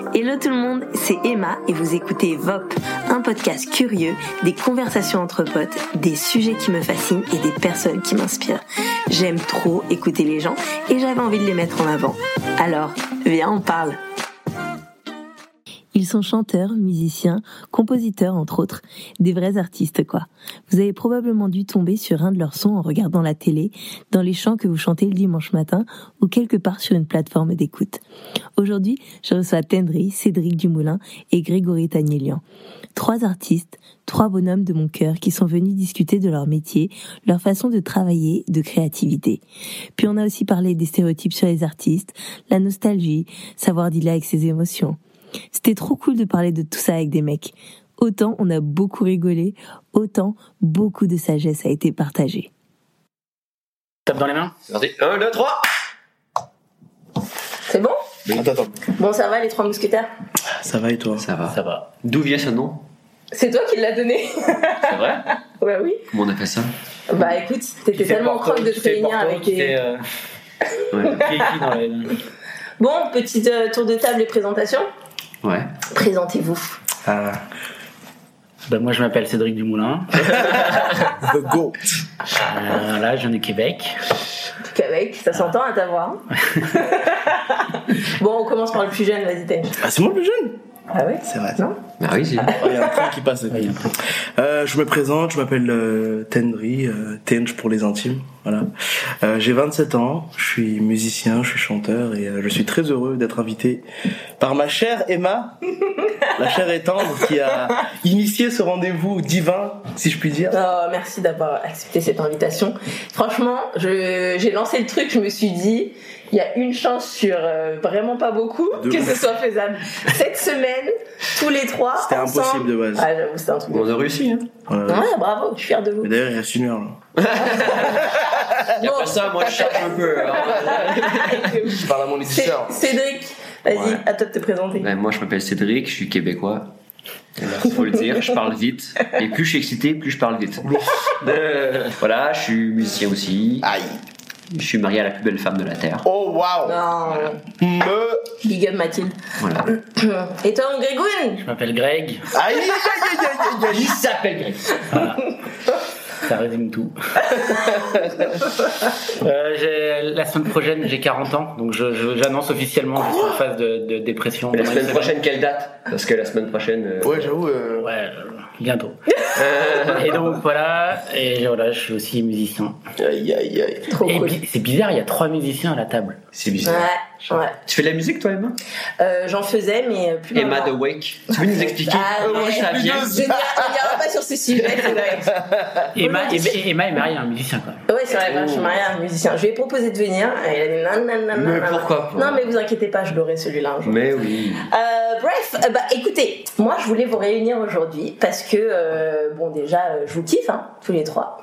Hello tout le monde, c'est Emma et vous écoutez VOP, un podcast curieux, des conversations entre potes, des sujets qui me fascinent et des personnes qui m'inspirent. J'aime trop écouter les gens et j'avais envie de les mettre en avant. Alors, viens, on parle. Ils sont chanteurs, musiciens, compositeurs entre autres, des vrais artistes quoi. Vous avez probablement dû tomber sur un de leurs sons en regardant la télé, dans les chants que vous chantez le dimanche matin ou quelque part sur une plateforme d'écoute. Aujourd'hui, je reçois Tendry, Cédric Dumoulin et Grégory Tanielian. 3 artistes, 3 bonhommes de mon cœur qui sont venus discuter de leur métier, leur façon de travailler, de créativité. Puis on a aussi parlé des stéréotypes sur les artistes, la nostalgie, savoir dealer avec ses émotions. C'était trop cool de parler de tout ça avec des mecs. Autant on a beaucoup rigolé, autant beaucoup de sagesse a été partagée. Tape dans les mains. C'est parti. 1, 2, 3. C'est bon ? Oui. Attends. Bon, ça va les 3 mousquetaires ? Ça va et toi ? Ça va. D'où vient ce nom ? C'est toi qui l'as donné. C'est vrai ? Bah oui. Comment on a fait ça ? Bah écoute, t'étais tellement croque de te réunir avec tes... Ouais. Qui dans les... Bon, petit tour de table et présentation. Ouais. Présentez-vous. Bah moi je m'appelle Cédric Dumoulin. The GOAT. Là je viens du Québec. Québec, ça s'entend à ta voix. Bon, on commence par le plus jeune, vas-y Ten. Ah, c'est moi le plus jeune ? Ah oui ? C'est vrai. Non ? Ah oui, si. Il y a un train qui passe. Ouais, Je me présente, je m'appelle Tendry, Tenj pour les intimes. Voilà. J'ai 27 ans, je suis musicien, je suis chanteur et je suis très heureux d'être invité par ma chère Emma, la chère et tendre, qui a initié ce rendez-vous divin, si je puis dire. Oh, merci d'avoir accepté cette invitation. Franchement, j'ai lancé le truc, je me suis dit, il y a une chance sur vraiment pas beaucoup que ce soit faisable. Cette semaine, tous les 3 C'était ensemble, impossible de base. Ah, j'avoue, c'était un truc. On a réussi, hein. Ouais, bravo, je suis fière de vous. Mais d'ailleurs, il reste 1 heure, là. Y a pas ça, moi je cherche un peu. Je parle à mon éditeur. Cédric, vas-y, Ouais. à toi de te présenter. Ben, moi je m'appelle Cédric, je suis québécois. Il faut le dire, je parle vite. Et plus je suis excité, plus je parle vite. Voilà, je suis musicien aussi. Aïe. Je suis marié à la plus belle femme de la Terre. Oh, waouh. Non, Big up Mathilde. Voilà. Et toi, mon Grégoun? Je m'appelle Greg. Aïe, aïe, aïe, aïe, aïe. Il s'appelle Greg. Voilà. Ça résume tout. La semaine prochaine j'ai 40 ans, donc j'annonce officiellement que je suis en phase de dépression. La semaine prochaine, quelle date ? Parce que la semaine prochaine. Ouais, j'avoue. Ouais, bientôt. Et donc voilà, je suis aussi musicien. Aïe, aïe, aïe. Trop Et cool. c'est bizarre, il y a 3 musiciens à la table. C'est bizarre. Ouais. Tu fais de la musique toi, Emma ? J'en faisais, mais plus Emma maintenant. de Wake. Tu peux nous expliquer comment ça vient ? Je n'irai pas sur ce sujet, c'est vrai. Emma est mariée à un musicien quand même. Ouais, c'est vrai, je suis mariée à un musicien. Je lui ai proposé de venir, et il a dit non. Mais pourquoi pas ? Non, mais vous inquiétez pas, je l'aurai celui-là un jour. Mais oui. Bref, écoutez, moi je voulais vous réunir aujourd'hui parce que, bon déjà, je vous kiffe, hein, tous les 3.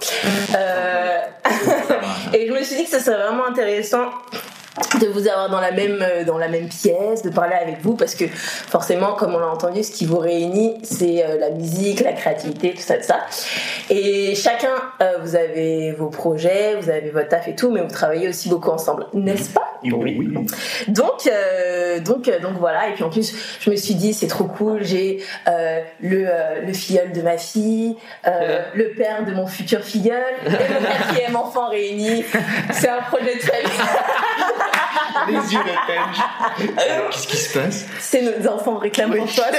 Et je me suis dit que ça serait vraiment intéressant de vous avoir dans la même pièce, de parler avec vous, parce que forcément, comme on l'a entendu, ce qui vous réunit, c'est la musique, la créativité, tout ça. Et chacun, vous avez vos projets, vous avez votre taf et tout, mais vous travaillez aussi beaucoup ensemble, n'est-ce pas ? Oui. Donc voilà. Et puis en plus, je me suis dit c'est trop cool. J'ai le filleul de ma fille, le père de mon futur filleul et mon 4e enfant réuni. C'est un projet de famille. Les yeux de Tenj. Qu'est-ce qui se passe ? C'est nos enfants réclament pour toi.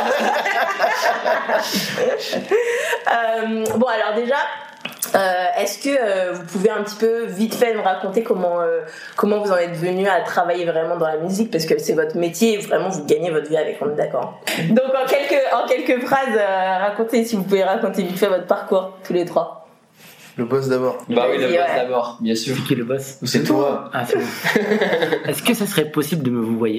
Bon alors déjà. Est-ce que vous pouvez un petit peu vite fait me raconter comment vous en êtes venu à travailler vraiment dans la musique, parce que c'est votre métier et vraiment vous gagnez votre vie avec, on est d'accord. Donc en quelques phrases, racontez, si vous pouvez raconter vite fait votre parcours tous les 3. Le boss d'abord. Bah oui, le Vas-y, boss ouais. d'abord, bien sûr. C'est qui le boss ? C'est toi. Ah, c'est bon. Est-ce que ça serait possible de me vous voyer ?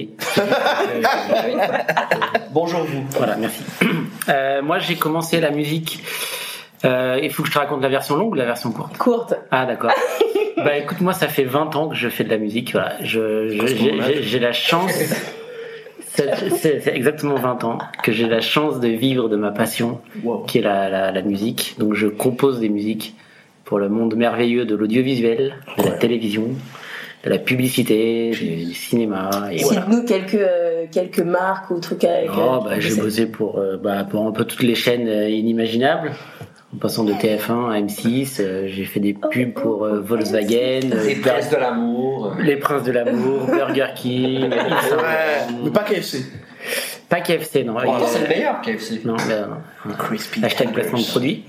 Bonjour vous. Voilà, merci. Moi j'ai commencé la musique. Il faut que je te raconte la version longue ou la version courte ? Courte. Ah d'accord. Bah écoute, moi ça fait 20 ans que je fais de la musique. Voilà, j'ai la chance. C'est exactement 20 ans que j'ai la chance de vivre de ma passion, qui est la musique. Donc je compose des musiques pour le monde merveilleux de l'audiovisuel, de la télévision, de la publicité, du cinéma. Et voilà. Cite-nous quelques quelques marques ou trucs avec. J'ai bossé pour un peu toutes les chaînes inimaginables. En passant de TF1 à M6, j'ai fait des pubs pour Volkswagen, Les Princes de l'amour, Burger King, mais pas KFC. Pas KFC, non. C'est le meilleur KFC. Non. Crispy. Hashtag placement de produit.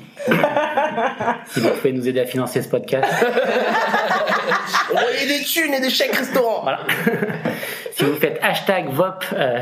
Si vous pouvez nous aider à financer ce podcast. Envoyez des thunes et des chèques restaurants. Voilà. Si vous faites hashtag VOP,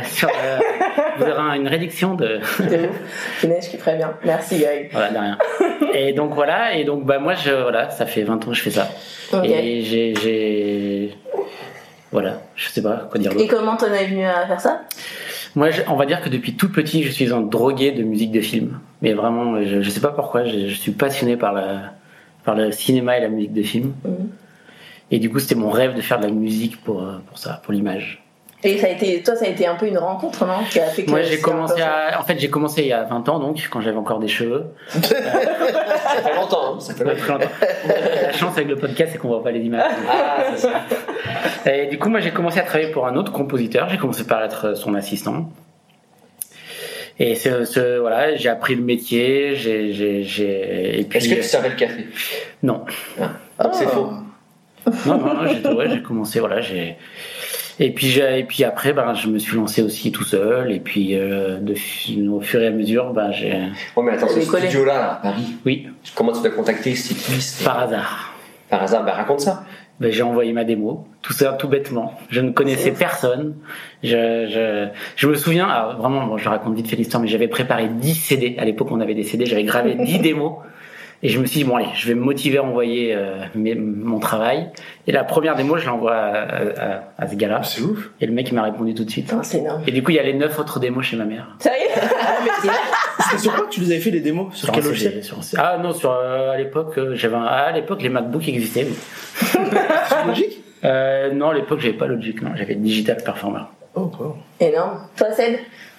vous aurez une réduction de. Finesse qui ferait bien. Merci Greg. Voilà, de rien. Et donc moi ça fait 20 ans que je fais ça. Okay. Et voilà, je sais pas quoi dire d'autre. Et comment t'en es venu à faire ça? Moi, on va dire que depuis tout petit, je suis un drogué de musique de film. Mais vraiment, je sais pas pourquoi, je suis passionné par le cinéma et la musique de film. Et du coup, c'était mon rêve de faire de la musique pour ça, pour l'image. Et ça a été un peu une rencontre, non, qui a fait que moi, j'ai commencé il y a 20 ans, donc, quand j'avais encore des cheveux. Ça fait longtemps, ça fait longtemps. La chance avec le podcast, c'est qu'on voit pas les images. C'est ça. Et du coup, moi, j'ai commencé à travailler pour un autre compositeur. J'ai commencé par être son assistant. Et voilà, j'ai appris le métier. Et puis, est-ce que tu servais le café? Non. C'est faux. Non, j'ai commencé, voilà, Et puis après, je me suis lancé aussi tout seul. Et puis, au fur et à mesure, j'ai. Ouais, mais attends, ce studio-là, à Paris. Oui. Comment tu t'as contacté? C'est qui? Par hasard. Par hasard, raconte ça. J'ai envoyé ma démo, tout ça, tout bêtement. Je ne connaissais personne. Je me souviens, alors vraiment, je raconte vite fait l'histoire, mais j'avais préparé 10 CD. À l'époque, on avait des CD, j'avais gravé 10 démos. Et je me suis dit, bon allez, je vais me motiver à envoyer mon travail. Et la première démo, je l'envoie à ce gars-là. C'est ouf. Et le mec, il m'a répondu tout de suite. Oh, c'est énorme. Et du coup, il y a les 9 autres démos chez ma mère. Sérieux? C'était sur quoi que tu les avais fait les démos? Sur quel logiciel? Ah non, à l'époque, les MacBooks existaient. C'est Logic? Non, à l'époque, j'avais pas Logic, non. J'avais Digital Performer. Oh, wow. Énorme. Toi, Ced?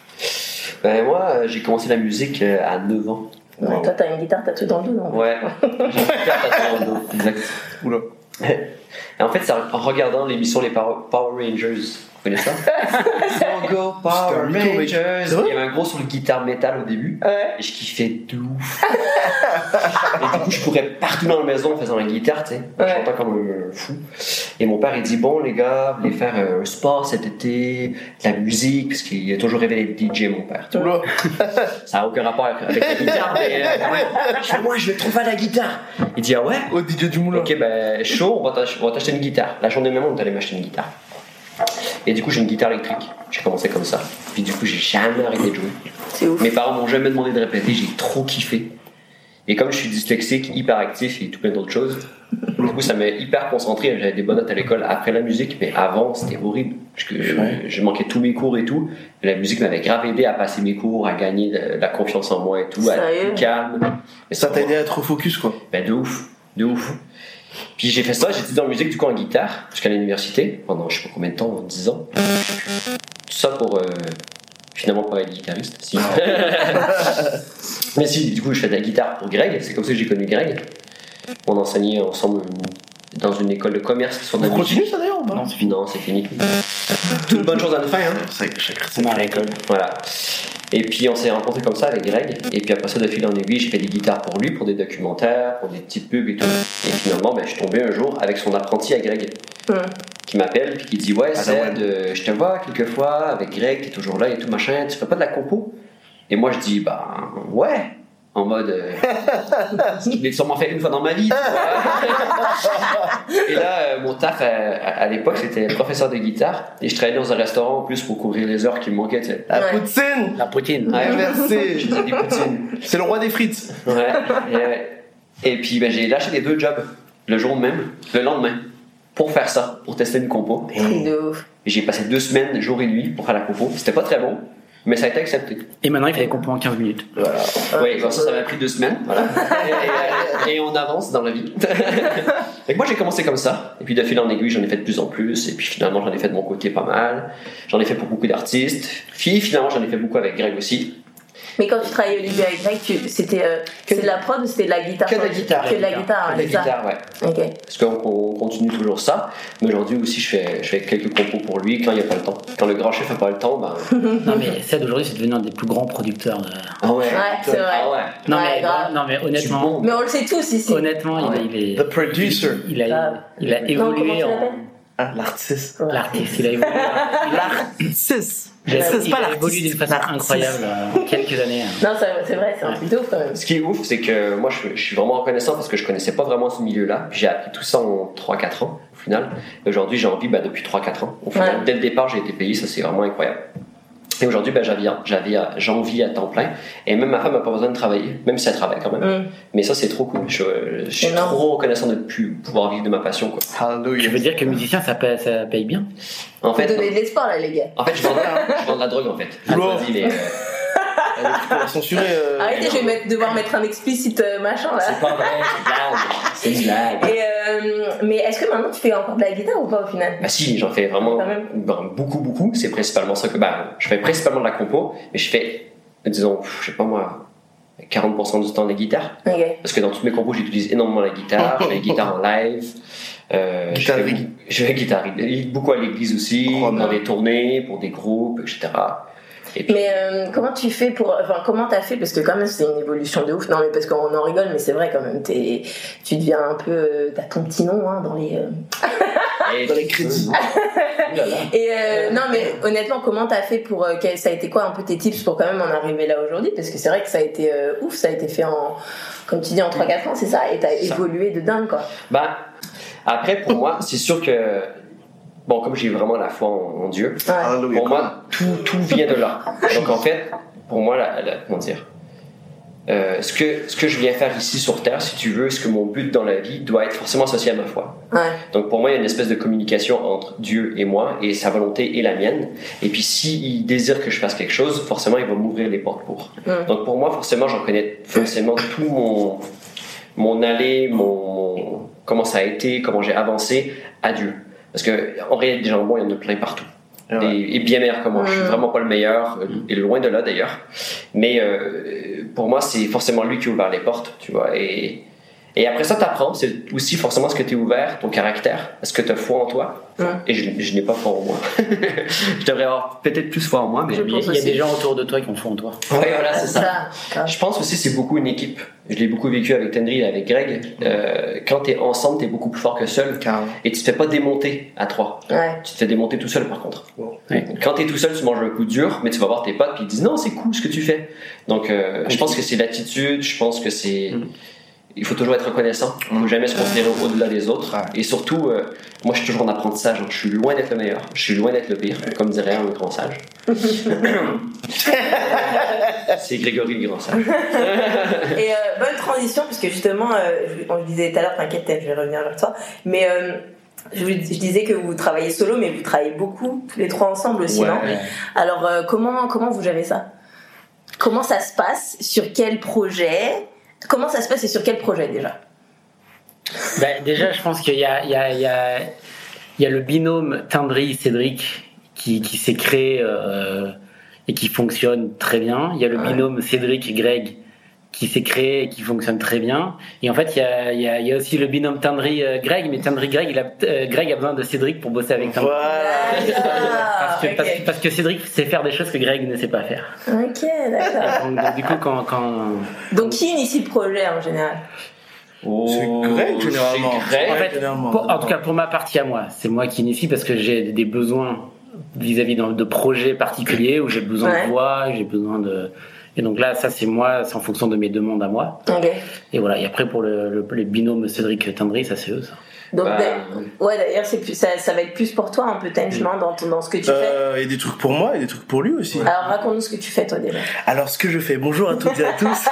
Moi, j'ai commencé la musique à 9 ans. Ouais, wow. Toi, t'as une guitare tatouée dans le dos, non? Ouais, j'ai une guitare tatouée dans le dos, exact. Oula. Et en fait, c'est en regardant l'émission Les Power Rangers. Vous connaissez ça? Go Power Rangers! Il y avait un gros sur le guitare métal au début. Ouais. Et je kiffais de ouf. Et du coup, je courais partout dans la maison en faisant la guitare, tu sais. En chantant comme un fou. Et mon père, il dit, bon, les gars, vous voulez faire un sport cet été, de la musique, parce qu'il a toujours rêvé d'être DJ, mon père. Oula. Ça n'a aucun rapport avec la guitare, mais quand même. Je fais, moi, je vais trop faire la guitare. Il dit, ah ouais? Oh, DJ du moulin. Ok, chaud, on va t'acheter une guitare. La journée même, on est allé m'acheter une guitare. Et du coup, j'ai une guitare électrique. J'ai commencé comme ça. Puis du coup, j'ai jamais arrêté de jouer. C'est ouf. Mes parents m'ont jamais demandé de répéter. J'ai trop kiffé. Et comme je suis dyslexique, hyperactif et tout plein d'autres choses, du coup, ça m'a hyper concentré. J'avais des bonnes notes à l'école après la musique, mais avant, c'était horrible. Parce que je manquais tous mes cours et tout. Et la musique m'avait grave aidé à passer mes cours, à gagner de la confiance en moi et tout, à être plus calme. Et ça t'a aidé à être focus, quoi. De ouf. Puis j'ai fait ça, j'étais dans la musique du coup en guitare jusqu'à l'université pendant je sais pas combien de temps, 10 ans. Tout ça pour finalement pas être guitariste. Si. Mais si, du coup je fais de la guitare pour Greg, c'est comme ça que j'ai connu Greg. On enseignait ensemble dans une école de commerce sur la musique. Continue ça d'ailleurs ou pas? Non, c'est fini. Toute bonne chose à la fin, hein. C'est à l'école. Voilà. Et puis on s'est rencontrés comme ça avec Greg. Et puis après ça, de fil en aiguille, j'ai fait des guitares pour lui, pour des documentaires, pour des petites pubs et tout. Et finalement, je suis tombé un jour avec son apprenti à Greg, qui m'appelle puis qui dit ouais, je te vois quelquefois avec Greg, t'es toujours là et tout machin. Tu fais pas de la compo? Et moi je dis ouais. En mode, je l'ai sûrement fait une fois dans ma vie. Tu vois. Et là, mon taf à l'époque, c'était professeur de guitare. Et je travaillais dans un restaurant en plus pour couvrir les heures qui me manquaient. Tu sais. La poutine. Ouais, merci. Je faisais des poutines. C'est le roi des frites. Ouais. Et puis j'ai lâché les 2 jobs le lendemain, pour faire ça, pour tester une compo. Et j'ai passé 2 semaines, jour et nuit, pour faire la compo. C'était pas très bon. Mais ça a été accepté. Et maintenant, il fait des compos en 15 minutes. Voilà. Oui, ça m'a pris 2 semaines. Voilà. Et on avance dans la vie. Donc moi, j'ai commencé comme ça. Et puis de fil en aiguille, j'en ai fait de plus en plus. Et puis finalement, j'en ai fait de mon côté pas mal. J'en ai fait pour beaucoup d'artistes. Puis finalement, j'en ai fait beaucoup avec Greg aussi. Mais quand tu travaillais au début avec Greg, c'était c'est de la prod ou c'était de la guitare? Que de la guitare. Que de la guitare, de la guitare, ouais. Ok. Parce qu'on continue toujours ça. Mais aujourd'hui aussi, je fais quelques compos pour lui quand il n'y a pas le temps. Quand le grand chef n'a pas le temps, ben. Non, mais Ced aujourd'hui, c'est devenu un des plus grands producteurs. Ah ouais. Ouais, c'est vrai. Ah ouais. Non, mais honnêtement. Mais on le sait tous ici. Honnêtement, il est. The producer. Il a évolué comment tu en. l'appelles? L'artiste. L'artiste, il a évolué. L'artiste. Il C'est pas a l'artiste. évolué d'une façon incroyable quelques années. Non, c'est vrai, c'est un truc de ouf quand même. Ce qui est ouf, c'est que moi, je suis vraiment reconnaissant parce que je connaissais pas vraiment ce milieu-là. Puis j'ai appris tout ça en 3-4 ans, au final. Et aujourd'hui, j'ai envie, depuis 3-4 ans. Au final, dès le départ, j'ai été payé. Ça, c'est vraiment incroyable. Et aujourd'hui, j'en vis à temps plein. Et même ma femme n'a pas besoin de travailler, même si elle travaille quand même. Mais ça, c'est trop cool. Je suis trop reconnaissant de pouvoir vivre de ma passion, quoi. Hallelujah. Je veux dire que musicien, ça paye bien. En fait, donner de l'espoir là, les gars. En fait, je vends de la drogue, en fait. Vas-y, mais. On va censurer. Arrêtez, je vais devoir mettre un explicite machin là. C'est pas vrai, c'est une blague. Mais est-ce que maintenant tu fais encore de la guitare ou pas au final? Bah si, j'en fais vraiment beaucoup. C'est principalement ça que je fais principalement de la compo, mais je fais, disons, je sais pas moi, 40% du temps de la guitare. Okay. Parce que dans toutes mes compos, j'utilise énormément la guitare. Je fais la guitare en live. Je fais guitare beaucoup à l'église aussi, dans des tournées, pour des groupes, etc. Puis... Mais comment tu fais comment t'as fait, parce que quand même c'est une évolution de ouf. Non mais parce qu'on en rigole, mais c'est vrai quand même, tu deviens un peu, t'as ton petit nom dans les dans les crédits. Et non mais honnêtement, comment t'as fait pour ça a été quoi un peu tes tips pour quand même en arriver là aujourd'hui, parce que c'est vrai que ça a été ouf, ça a été fait en, comme tu dis, en 3-4 ans, c'est ça, et t'as évolué de dingue quoi. Après pour moi c'est sûr que comme j'ai vraiment la foi en Dieu, pour moi, tout vient de là. Donc en fait, pour moi, comment dire, ce que je viens faire ici sur Terre, si tu veux, ce que mon but dans la vie doit être forcément associé à ma foi. Ouais. Donc pour moi, il y a une espèce de communication entre Dieu et moi, et sa volonté et la mienne. Et puis s'il désire que je fasse quelque chose, forcément, il va m'ouvrir les portes pour. Donc pour moi, forcément, j'en connais forcément tout mon aller, comment ça a été, comment j'ai avancé à Dieu. Parce que en réalité, des gens bons, il y en a plein partout. Et bien meilleurs que moi. Je suis vraiment pas le meilleur, et loin de là d'ailleurs. Mais pour moi, c'est forcément lui qui a ouvert les portes, tu vois. Et après ça, t'apprends. C'est aussi forcément ce que t'es ouvert, ton caractère. Est-ce que t'as foi en toi? Et je n'ai pas foi en moi. Je devrais avoir peut-être plus foi en moi, mais il y a des gens autour de toi qui ont foi en toi. Oui, voilà, c'est ça. Je pense aussi c'est beaucoup une équipe. Je l'ai beaucoup vécu avec Tendry et avec Greg. Quand t'es ensemble, t'es beaucoup plus fort que seul. Et tu te fais pas démonter à 3. Tu te fais démonter tout seul par contre. Quand t'es tout seul, tu manges un coup dur, mais tu vas voir tes potes qui ils disent non, c'est cool ce que tu fais. Donc je pense que c'est l'attitude, je pense que c'est... Il faut toujours être reconnaissant. Il ne faut jamais se considérer au-delà des autres. Et surtout, moi, je suis toujours en apprentissage. Donc, je suis loin d'être le meilleur. Je suis loin d'être le pire, comme dirait un grand sage. C'est Grégory le grand sage. Et bonne transition, puisque justement, on le disait tout à l'heure, t'inquiète, je vais revenir vers toi. Mais je disais que vous travaillez solo, mais vous travaillez beaucoup, tous les trois ensemble aussi, non? Alors, comment vous gérez ça? Comment ça se passe? Sur quel projet? Comment ça se passe et sur quel projet déjà? Déjà, je pense qu'il y a le binôme Tendry-Cédric qui s'est créé et qui fonctionne très bien. Il y a le binôme Cédric-Greg qui s'est créé et qui fonctionne très bien. Et en fait, il y a aussi le binôme Tendry-Greg, mais Tendry-Greg, Greg a besoin de Cédric pour bosser avec Tendry. Parce que Cédric sait faire des choses que Greg ne sait pas faire. Ok, d'accord. Donc du coup, Donc qui initie le projet en général? C'est Greg généralement. En fait, en tout cas pour ma partie à moi, c'est moi qui initie parce que j'ai des besoins vis-à-vis de projets particuliers où j'ai besoin de voix, j'ai besoin de... Et donc là, ça c'est moi, c'est en fonction de mes demandes à moi. Et voilà. Et après pour les binômes Cédric Tendry, ça c'est eux ça. Donc d'ailleurs c'est plus, ça va être plus pour toi un peu Tench, dans ce que tu fais. Il y a des trucs pour moi et des trucs pour lui aussi. Alors raconte-nous ce que tu fais toi déjà. Alors ce que je fais, bonjour à toutes et à tous.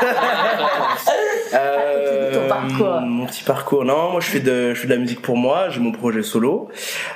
Ton parcours. Mon petit parcours. Non, moi je fais de la musique pour moi, j'ai mon projet solo.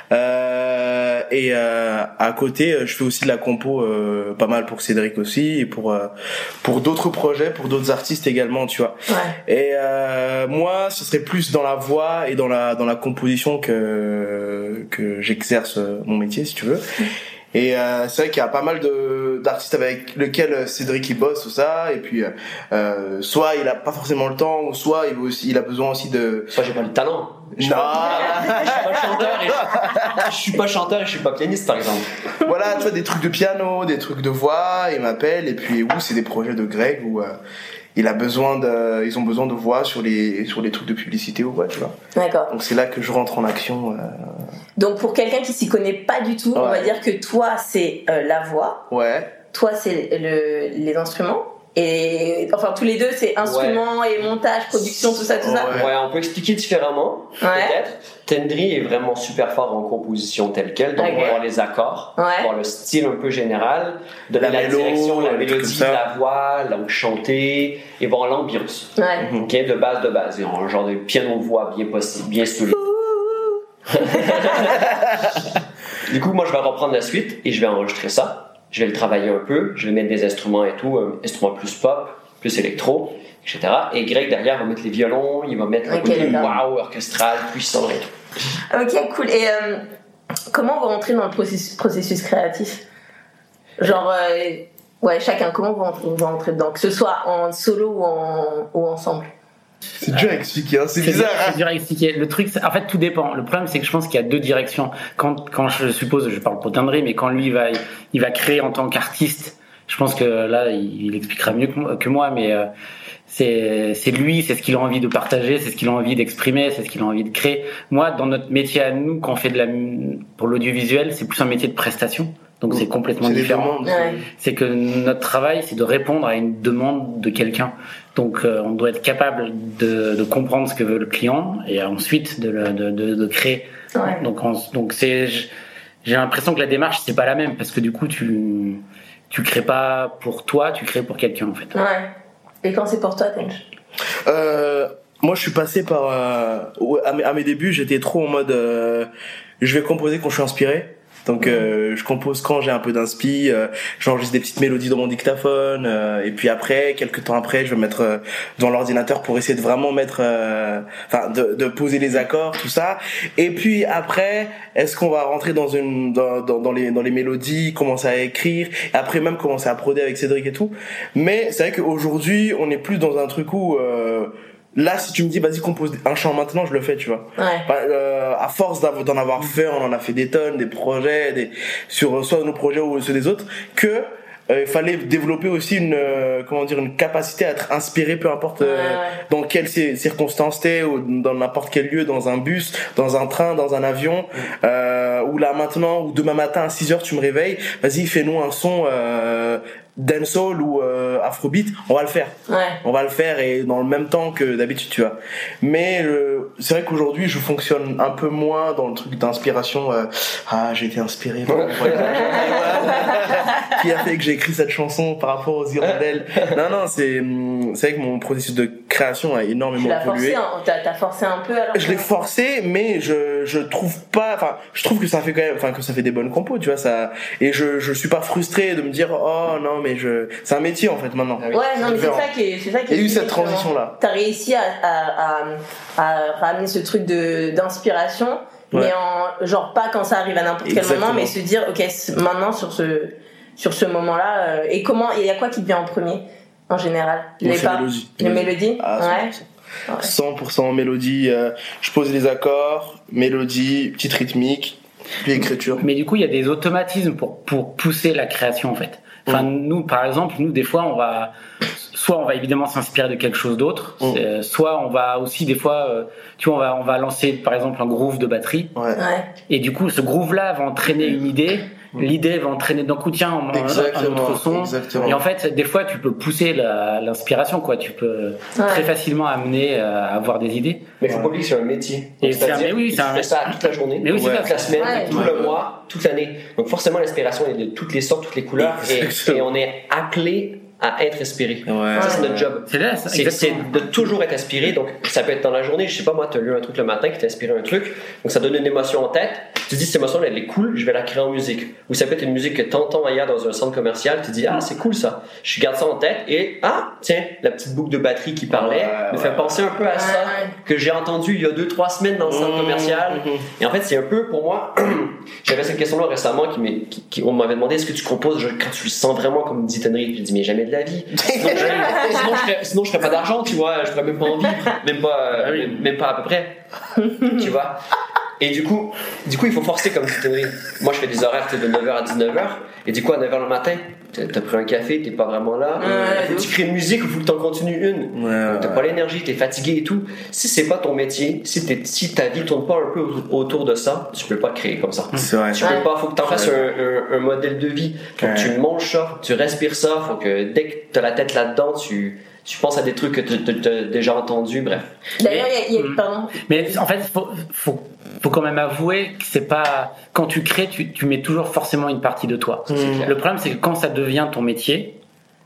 Et à côté, je fais aussi de la compo pas mal pour Cédric aussi et pour d'autres projets, pour d'autres artistes également, tu vois. Et moi, ce serait plus dans la voix et dans la composition que j'exerce mon métier, si tu veux. Et c'est vrai qu'il y a pas mal de d'artistes avec lequel Cédric il bosse tout ça, et puis soit il a pas forcément le temps, ou soit il a besoin aussi de. Soit j'ai pas le talent. Je suis pas chanteur et je suis pas pianiste par exemple. Voilà, tu vois, des trucs de piano, des trucs de voix, il m'appelle, et puis c'est des projets de Greg où ils ont besoin de voix sur les trucs de publicité ou quoi, tu vois. D'accord. Donc c'est là que je rentre en action. Donc pour quelqu'un qui s'y connaît pas du tout, on va dire que toi c'est la voix. Ouais. Toi c'est les instruments. Et enfin tous les deux c'est instruments et montage, production, tout ça. Ouais, on peut expliquer différemment. Peut-être. Tendry est vraiment super fort en composition telle quelle, donc on va voir les accords, voir le style un peu général, de la direction, la mélodie de la voix, donc chanter, et voir l'ambiance. Okay, de base, un genre de piano-voix bien stylé. Du coup, moi je vais reprendre la suite et je vais enregistrer ça. Je vais le travailler un peu, je vais mettre des instruments et tout, instruments plus pop, plus électro, etc. Et Greg derrière va mettre les violons, il va mettre un côté wow, orchestral, puissant et tout. Ok, cool. Et comment vous rentrez dans le processus créatif? Genre, chacun, comment vous rentrez dedans? Que ce soit en solo ou ensemble? C'est dur à expliquer, hein, c'est bizarre. C'est dur à expliquer. Le truc, en fait, tout dépend. Le problème, c'est que je pense qu'il y a deux directions. Quand je suppose, je parle pour Tendry, mais quand lui il va créer en tant qu'artiste, je pense que là, il expliquera mieux que moi, mais c'est lui, c'est ce qu'il a envie de partager, c'est ce qu'il a envie d'exprimer, c'est ce qu'il a envie de créer. Moi, dans notre métier à nous, quand on fait pour l'audiovisuel, c'est plus un métier de prestation. Donc c'est complètement différent. C'est que notre travail, c'est de répondre à une demande de quelqu'un. Donc on doit être capable de comprendre ce que veut le client et ensuite de créer. Donc j'ai l'impression que la démarche c'est pas la même parce que du coup tu crées pas pour toi, tu crées pour quelqu'un en fait. Ouais. Et quand c'est pour toi, Tench? Moi je suis passé par à mes débuts, j'étais trop en mode je vais composer quand je suis inspiré. Donc je compose quand j'ai un peu d'inspi, j'enregistre des petites mélodies dans mon dictaphone et puis après quelques temps après je vais mettre dans l'ordinateur pour essayer de vraiment mettre de poser les accords tout ça. Et puis après est-ce qu'on va rentrer dans les mélodies, commencer à écrire, et après même commencer à proder avec Cédric et tout. Mais c'est vrai qu'aujourd'hui on est plus dans un truc où là, si tu me dis, vas-y, compose un chant maintenant, je le fais, tu vois. À force d'en avoir fait, on en a fait des tonnes, des projets, sur soit nos projets ou ceux des autres, que il fallait développer aussi une capacité à être inspiré, peu importe dans quelles circonstances t'es, ou dans n'importe quel lieu, dans un bus, dans un train, dans un avion, ou là maintenant, ou demain matin à 6h tu me réveilles, vas-y, fais-nous un son dancehall ou afrobeat, on va le faire. On va le faire et dans le même temps que d'habitude, tu vois. Mais c'est vrai qu'aujourd'hui, je fonctionne un peu moins dans le truc d'inspiration. J'ai été inspiré par qui a fait que j'ai écrit cette chanson par rapport aux hirondelles. Non, c'est vrai que mon processus de création a énormément évolué. T'as forcé un peu alors? Je l'ai forcé, mais je trouve pas. Enfin, je trouve que ça fait quand même, que ça fait des bonnes compos, tu vois ça. Et je suis pas frustré de me dire oh non mais c'est un métier en fait maintenant. Ouais, non mais c'est ça qui est. Il y a eu cette transition là. T'as réussi à ramener ce truc d'inspiration, mais genre pas quand ça arrive à n'importe quel moment, mais se dire ok maintenant sur ce moment-là. Et il y a quoi qui te vient en premier en général? Les mélodies. 100% mélodie. Je pose les accords, mélodie, petite rythmique, puis écriture. Mais du coup, il y a des automatismes pour pousser la création en fait. Enfin, nous, par exemple, des fois, on va évidemment s'inspirer de quelque chose d'autre, soit on va aussi des fois, on va lancer par exemple un groove de batterie, et du coup, ce groove-là va entraîner une idée. L'idée va entraîner d'un coup un autre son. Et en fait, des fois, tu peux pousser l'inspiration, quoi. Tu peux très facilement amener à avoir des idées. Mais il faut pas oublier que c'est un métier. Et tu fais ça toute la journée, toute la semaine, tout le mois, toute l'année. Donc forcément, l'inspiration est de toutes les sortes, toutes les couleurs, et on est appelé à être inspiré. Ça, c'est notre job. C'est de toujours être inspiré. Donc, ça peut être dans la journée. Je sais pas, moi, t'as lu un truc le matin qui t'a inspiré un truc. Donc, ça donne une émotion en tête. Tu dis, cette émotion, elle est cool, je vais la créer en musique. Ou ça peut être une musique que t'entends ailleurs dans un centre commercial, tu dis, ah, c'est cool ça. Je garde ça en tête et, ah, tiens, la petite boucle de batterie qui parlait me fait penser un peu à ça que j'ai entendu il y a 2-3 semaines dans le centre commercial. Et en fait, c'est un peu, pour moi, j'avais cette question-là récemment on m'avait demandé, est-ce que tu composes quand tu le sens vraiment comme dit Tenry? J'ai dit, mais jamais de la vie. Sinon, je ferais pas d'argent, tu vois, je ferais même pas en vivre, même pas à peu près, tu vois. Et du coup, il faut forcer comme dit Tenry. Moi, je fais des horaires de 9h à 19h, et du coup, à 9h le matin, t'as pris un café, t'es pas vraiment là, tu crées une musique, il faut que t'en continues une. T'as pas l'énergie, t'es fatigué et tout. Si c'est pas ton métier, si ta vie tourne pas un peu autour de ça, tu peux pas créer comme ça. C'est vrai. Tu peux pas, faut que t'en fasses un modèle de vie. Faut que tu manges ça, faut que tu respires ça, faut que dès que t'as la tête là-dedans, tu penses à des trucs que t'as déjà entendus, bref. D'ailleurs, pardon. Mais en fait, faut quand même avouer que c'est pas, quand tu crées, tu mets toujours forcément une partie de toi. Le problème, c'est que quand ça devient ton métier,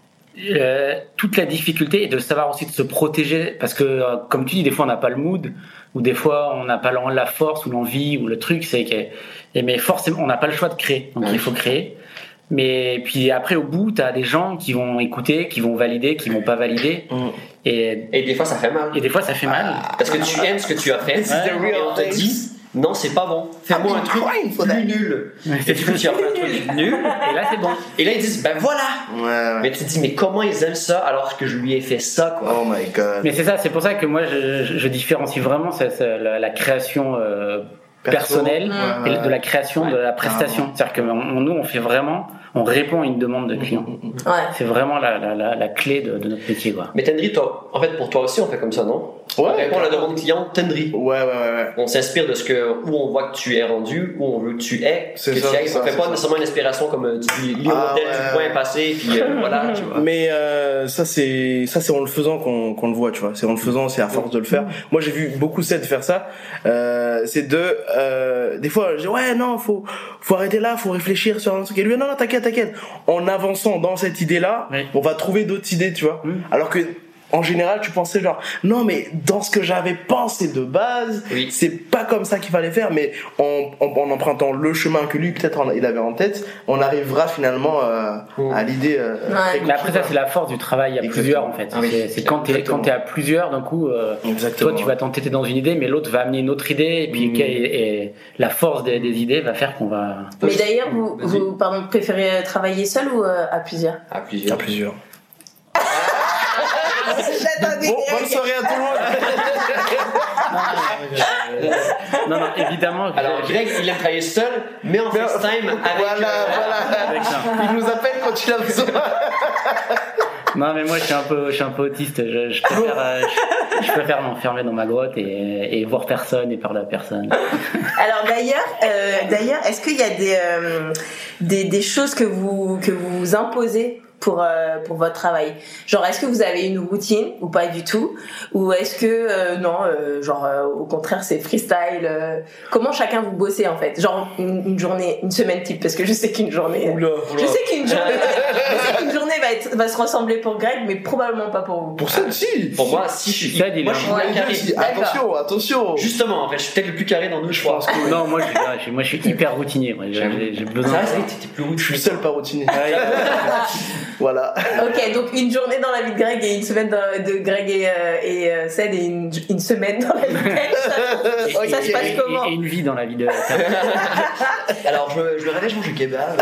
toute la difficulté est de savoir aussi de se protéger, parce que, comme tu dis, des fois on n'a pas le mood, ou des fois on n'a pas la force ou l'envie, ou le truc, mais forcément on n'a pas le choix de créer, donc il faut créer. Mais puis après, au bout, t'as des gens qui vont écouter, qui vont valider, qui vont pas valider. Et des fois, ça fait mal. Parce que tu aimes ce que tu as fait. Et on te dit, non, c'est pas bon. Fais-moi un truc plus nul. Et du coup, tu as fait un truc nul. Et là, c'est bon. Et là, ils disent, ben voilà. Mais tu te dis, mais comment ils aiment ça alors que je lui ai fait ça, quoi. Oh my god. Mais c'est ça, c'est pour ça que moi, je différencie vraiment la création, personnelle et de la création de la prestation. C'est-à-dire que nous, on fait vraiment, on répond à une demande de client. C'est vraiment la clé de notre métier, quoi. Mais Tenry, toi, en fait, pour toi aussi, on fait comme ça, non? On répond à la demande client Tenry. Ouais. On s'inspire de où on voit que tu es rendu, où on veut que tu es. C'est que ça, tu ailles. c'est on fait ça, pas c'est nécessairement une inspiration comme tu dis, l'hirondelle du point passé, puis voilà, tu vois. Mais ça c'est en le faisant qu'on le voit, tu vois. C'est en le faisant, c'est à force de le faire. Moi j'ai vu beaucoup de faire ça. C'est des fois je dis ouais non faut arrêter là, faut réfléchir sur un truc. Et lui non t'inquiète. En avançant dans cette idée là, on va trouver d'autres idées, tu vois. Alors que en général, tu pensais genre non mais dans ce que j'avais pensé de base, c'est pas comme ça qu'il fallait faire, mais en empruntant le chemin que lui peut-être il avait en tête, on arrivera finalement à l'idée. Mais après ça c'est la force du travail à plusieurs en fait. C'est quand t'es à plusieurs d'un coup, toi tu vas t'entêter dans une idée, mais l'autre va amener une autre idée, et puis et la force des idées va faire qu'on va. Mais d'ailleurs vous préférez travailler seul ou à plusieurs? À plusieurs. Bonne soirée à tout le monde. Non, évidemment. Alors Greg, il aime travailler seul, mais en FaceTime avec. Voilà. Il nous appelle quand il a besoin. Non, mais moi je suis un peu autiste. Je préfère m'enfermer dans ma grotte et voir personne et parler à personne. Alors d'ailleurs, est-ce qu'il y a des choses que vous imposez pour votre travail? Genre, est-ce que vous avez une routine ou pas du tout? Ou est-ce que au contraire c'est freestyle? Comment chacun vous bossez en fait? Genre une journée, une semaine type, parce que je sais qu'une journée, je sais qu'une journée va se ressembler pour Greg, mais probablement pas pour vous. Pour ça aussi. Pour moi, si je suis carré. Attention. Justement, en fait, je suis peut-être le plus carré dans nous, je pense. Non, moi je suis hyper routinier. J'ai besoin. T'es plus routinier. Je suis le seul pas routinier. Voilà. Ok, donc une journée dans la vie de Greg et une semaine de Greg et Ced et une semaine dans la vie de Greg. Ça se passe comment? Et une vie dans la vie de. Alors je me réveille, je mange du kebab.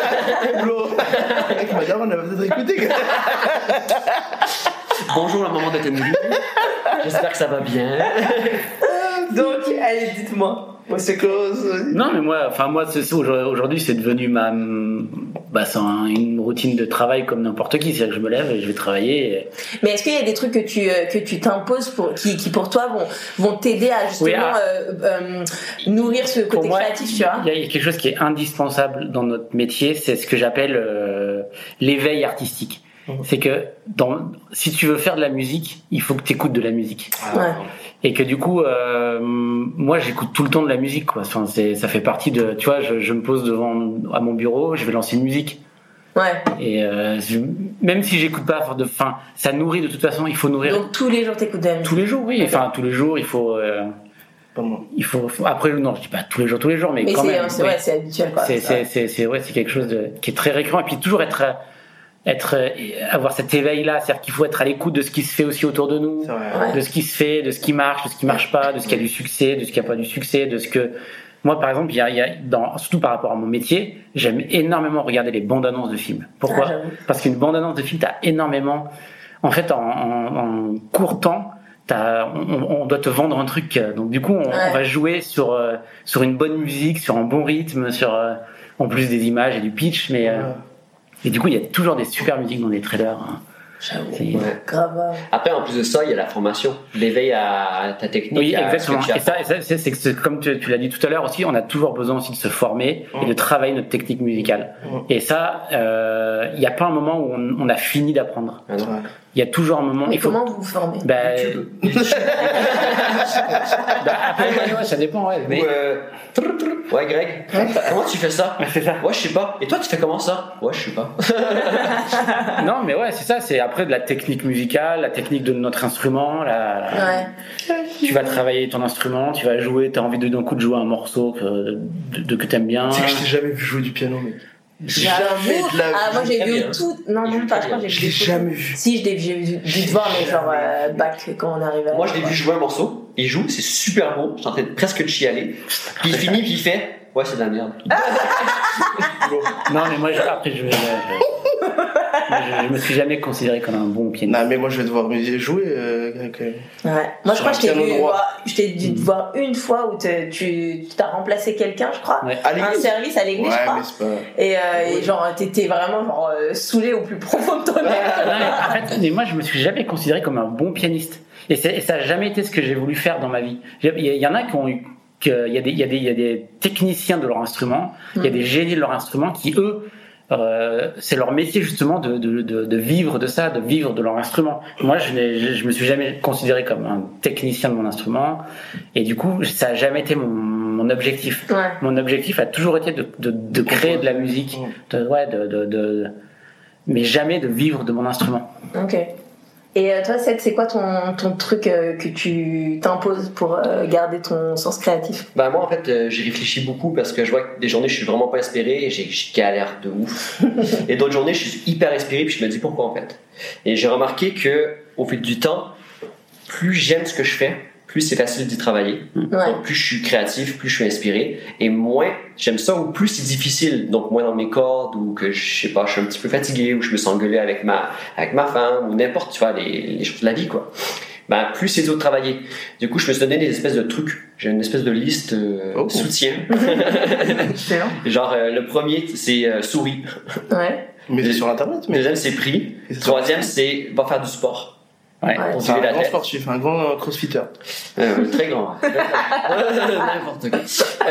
Mec, madame, on avait peut-être écouté. Bonjour la maman de Tenry. J'espère que ça va bien. Donc, allez, dites-moi. C'est cause. Non, mais moi, aujourd'hui, c'est devenu c'est une routine de travail comme n'importe qui. C'est-à-dire que je me lève et je vais travailler. Mais est-ce qu'il y a des trucs que tu t'imposes qui pour toi vont t'aider à justement nourrir ce côté créatif, tu vois? Il y a quelque chose qui est indispensable dans notre métier, c'est ce que j'appelle l'éveil artistique. C'est que si tu veux faire de la musique, il faut que tu écoutes de la musique. Et que du coup, moi j'écoute tout le temps de la musique, quoi. Enfin, ça fait partie de, tu vois, je me pose à mon bureau, je vais lancer une musique. Et même si j'écoute pas, ça nourrit de toute façon. Il faut nourrir. Donc tous les jours t'écoutes de la musique. Tous les jours, oui. Enfin tous les jours, il faut. Il faut après non, je dis pas tous les jours, mais quand même. C'est habituel quoi. C'est quelque chose qui est très récurrent, et puis toujours avoir cet éveil là, c'est-à-dire qu'il faut être à l'écoute de ce qui se fait aussi autour de nous, de ce qui se fait, de ce qui marche, de ce qui marche pas, de ce qui a du succès, de ce qui a pas du succès, de ce que moi par exemple, surtout par rapport à mon métier, j'aime énormément regarder les bandes annonces de films. Pourquoi ? Parce qu'une bande annonce de film, t'as énormément, en fait, en court temps, on doit te vendre un truc, donc du coup on va jouer sur une bonne musique, sur un bon rythme, sur en plus des images et du pitch, mais et du coup il y a toujours des super musiques dans les trailers. J'avoue. Grave. Après, en plus de ça, il y a la formation, l'éveil à ta technique. Oui, exactement. Et ça, c'est que comme tu l'as dit tout à l'heure aussi, on a toujours besoin aussi de se former et de travailler notre technique musicale. Et ça, il n'y a pas un moment où on a fini d'apprendre. Il y a toujours un moment. Mais comment vous vous formez? Après, ça dépend. Mais... Ouais, Greg. Comment tu fais ça? C'est ça. Ouais, je sais pas. Et toi, tu fais comment ça? Ouais, je sais pas. Non, mais ouais, c'est ça. C'est après de la technique musicale, la technique de notre instrument. Tu vas travailler ton instrument, tu vas jouer. T'as envie d'un coup de jouer un morceau que t'aimes bien. C'est que je t'ai jamais vu jouer du piano, mec. Jamais de la vie. Moi j'ai vu tout. Non, même pas. Je crois que je l'ai jamais vu. Si, j'ai dû te voir, mais genre back quand on arrive. Moi, je l'ai vu jouer un morceau. Il joue, c'est super beau. J'étais en train presque de chialer. Puis il finit, puis il fait. Ouais, c'est de la merde. Non, mais moi, après, je me suis jamais considéré comme un bon pianiste. Non, mais moi, je vais devoir jouer. Ouais. Moi, je crois que je t'ai dû te voir une fois où tu t'as remplacé quelqu'un, je crois. Ouais. Un service à l'église, je crois. Et genre, t'étais vraiment saoulé au plus profond de ton être. En fait, mais moi, je me suis jamais considéré comme un bon pianiste. Et ça a jamais été ce que j'ai voulu faire dans ma vie. Il y en a qui ont eu. Il y a des techniciens de leur instrument, il y a des génies de leur instrument qui, eux, c'est leur métier justement de vivre de ça, de vivre de leur instrument. Moi, je me suis jamais considéré comme un technicien de mon instrument, et du coup, ça a jamais été mon objectif. Ouais. Mon objectif a toujours été de créer de la musique, mais jamais de vivre de mon instrument. Ok. Et toi, Seth, c'est quoi ton truc que tu t'imposes pour garder ton sens créatif? Bah moi, en fait, j'y réfléchis beaucoup parce que je vois que des journées, je suis vraiment pas inspiré et j'ai galère de ouf. Et d'autres journées, je suis hyper inspiré puis je me dis pourquoi en fait. Et j'ai remarqué que au fil du temps, plus j'aime ce que je fais, plus c'est facile d'y travailler. Ouais. Donc, plus je suis créatif, plus je suis inspiré. Et moins j'aime ça, ou plus c'est difficile. Donc moins dans mes cordes, ou que je sais pas, je suis un petit peu fatigué, ou je me sens engueulé avec ma femme, ou n'importe, tu vois, les choses de la vie, quoi. Ben, plus c'est dur de travailler. Du coup, je me suis donné des espèces de trucs. J'ai une espèce de liste soutien. Genre, le premier, c'est souris. Ouais. Mais c'est sur Internet. Le deuxième, c'est prix. Le troisième, c'est va faire du sport. Ouais. C'est un grand sportif, un grand crossfitter. Très grand. N'importe quoi.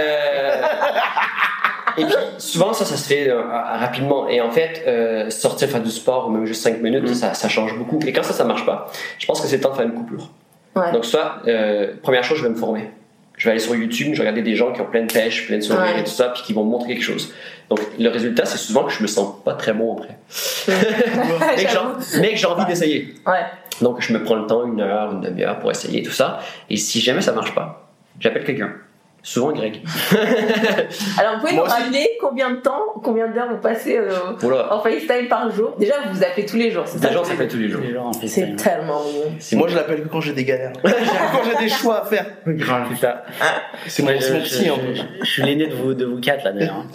Et puis souvent ça se fait rapidement, et en fait sortir faire du sport ou même juste 5 minutes, ça change beaucoup. Et quand ça marche pas, je pense que c'est le temps de faire une coupure. Ouais. Donc soit première chose, je vais me former. Je vais aller sur YouTube, je vais regarder des gens qui ont plein de pêche, plein de sourires et tout ça, puis qui vont me montrer quelque chose. Donc le résultat, c'est souvent que je me sens pas très bon après. mais que j'ai envie d'essayer. Ouais. Donc je me prends le temps, 1 heure, une demi-heure pour essayer tout ça. Et si jamais ça marche pas, j'appelle quelqu'un. Souvent Greg. Alors vous pouvez nous rappeler combien d'heures vous passez en FaceTime par jour? Déjà vous vous appelez tous les jours, c'est ça? Déjà on s'appelle tous les jours. C'est tellement mignon. Moi je l'appelle que quand j'ai des galères. Quand j'ai des choix à faire. Grave, c'est ça. C'est mon petit en plus. Je suis l'aîné de vous quatre là d'ailleurs.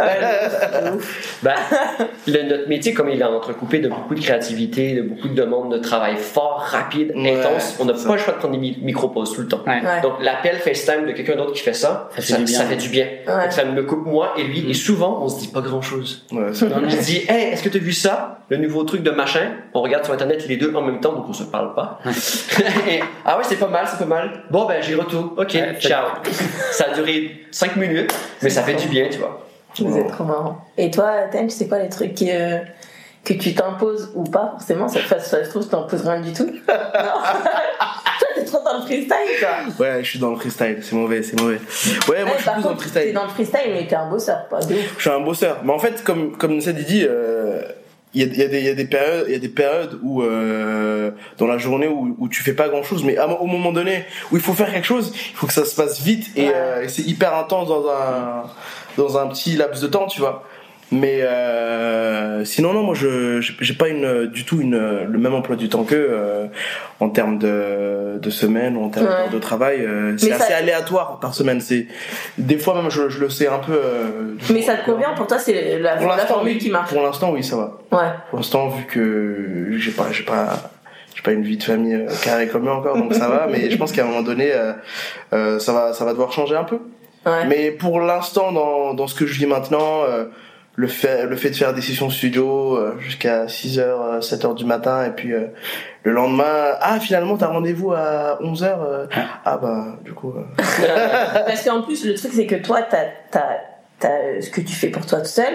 Notre métier, comme il est entrecoupé de beaucoup de créativité, de beaucoup de demandes de travail fort, rapide, intense, on n'a pas le choix de prendre des micro-pauses tout le temps. Ouais. Donc l'appel FaceTime de quelqu'un d'autre qui fait ça, ça fait du bien. Ouais. Donc, ça me coupe moi et lui, et souvent on se dit pas grand chose. Ouais, On se dit, hey, est-ce que t'as vu ça? Le nouveau truc de machin? On regarde sur internet les deux en même temps, donc on se parle pas. Et, ah ouais, c'est pas mal. Bon ben j'y retourne. Ok, ciao. Ça a duré 5 minutes, mais ça fait du bien, tu vois. Vous êtes trop marrant. Et toi, Ten, c'est quoi les trucs que tu t'imposes ou pas forcément? Ça se trouve, tu t'imposes rien du tout. Non. Toi, t'es trop dans le freestyle, quoi. Ouais, je suis dans le freestyle, c'est mauvais. Ouais, moi je suis plus dans le freestyle. T'es dans le freestyle, mais t'es un bosseur, pas de ouf. Je suis un bosseur. Mais en fait, comme Nessa dit, il y a des périodes où dans la journée où tu fais pas grand chose, mais au moment donné où il faut faire quelque chose, il faut que ça se passe vite et c'est hyper intense dans un petit laps de temps, tu vois. Mais sinon non, moi j'ai pas du tout le même emploi du temps qu'eux en termes de semaine ou en termes de travail. C'est assez aléatoire par semaine. C'est des fois même je le sais un peu. Mais ça te convient pour toi, c'est la formule qui marche. Pour l'instant oui, ça va. Ouais. Pour l'instant vu que j'ai pas une vie de famille carrée comme eux encore, donc ça va. Mais je pense qu'à un moment donné ça va devoir changer un peu. Ouais. Mais pour l'instant dans ce que je vis maintenant. Le fait de faire des sessions studio jusqu'à 6h, 7h du matin et puis le lendemain, finalement t'as rendez-vous à 11h, du coup... Parce qu'en plus le truc c'est que toi t'as ce que tu fais pour toi tout seul,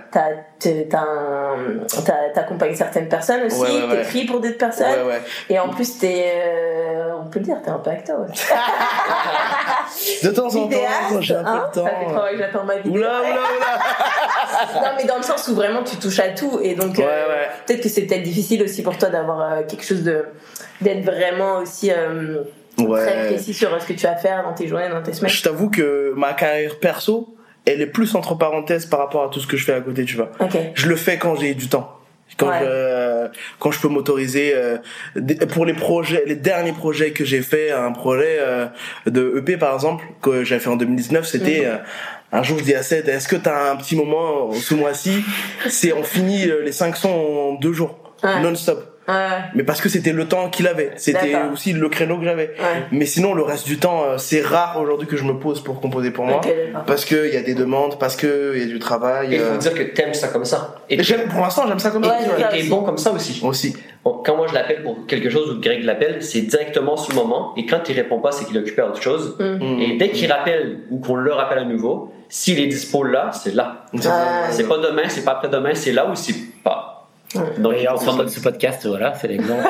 t'accompagnes certaines personnes aussi, t'écris pour d'autres personnes, et en plus on peut le dire, t'es un peu acteur aussi. De temps en temps, quand j'ai un peu de temps. Ça fait 3 mois que j'attends ma vidéo. Oula. Non mais dans le sens où vraiment tu touches à tout, et donc peut-être que c'est peut-être difficile aussi pour toi d'avoir quelque chose d'être vraiment aussi très précis sur ce que tu vas faire dans tes journées, dans tes semaines. Je t'avoue que ma carrière perso, elle est plus entre parenthèses par rapport à tout ce que je fais à côté, tu vois. Okay. Je le fais quand j'ai du temps. Quand je peux m'autoriser pour les derniers projets que j'ai fait, un projet de EP par exemple que j'avais fait en 2019, c'était un jour je dis à Seth, est-ce que t'as un petit moment ce mois-ci, on finit les 5 sons en 2 jours non-stop. Mais parce que c'était le temps qu'il avait, c'était aussi le créneau que j'avais. Mais sinon le reste du temps, c'est rare aujourd'hui que je me pose pour composer pour moi, parce que il y a des demandes, parce que il y a du travail. Et il faut dire que t'aimes ça comme ça. Et pour l'instant j'aime ça comme ça. Et t'es bon comme ça aussi. Bon, quand moi je l'appelle pour quelque chose ou Greg l'appelle, c'est directement sur le moment. Et quand il répond pas, c'est qu'il est occupé à autre chose. Et dès qu'il rappelle ou qu'on le rappelle à nouveau, s'il est dispo là, c'est là. C'est pas demain, c'est pas après-demain, c'est là ou c'est pas. Donc, et en sortant de ce podcast, voilà, c'est l'exemple.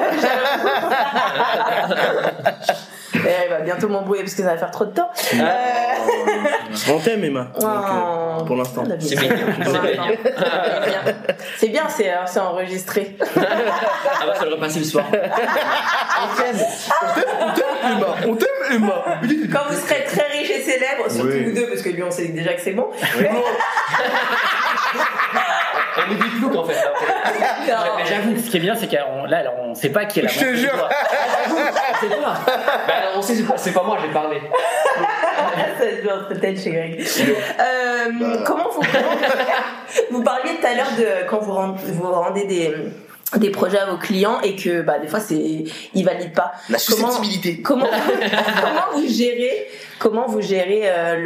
Elle va bientôt m'embrouiller parce que ça va faire trop de temps. On t'aime, Emma. Donc, pour l'instant. C'est mignon. C'est bien, c'est enregistré. Ça le repasser le soir. On t'aime, Emma. Quand vous serez très riche et célèbre, surtout vous deux, parce que lui on sait déjà que c'est bon. On est des ploucs en fait. Mais j'avoue, ce qui est bien, c'est qu'on sait pas qui est la Je te jure. C'est toi. On sait, c'est pas moi, j'ai parlé. Ça se joue entre têtes chez Greg. Comment vous parliez tout à l'heure de quand vous rendez des projets à vos clients et que des fois ils valident pas. La susceptibilité. Comment vous gérez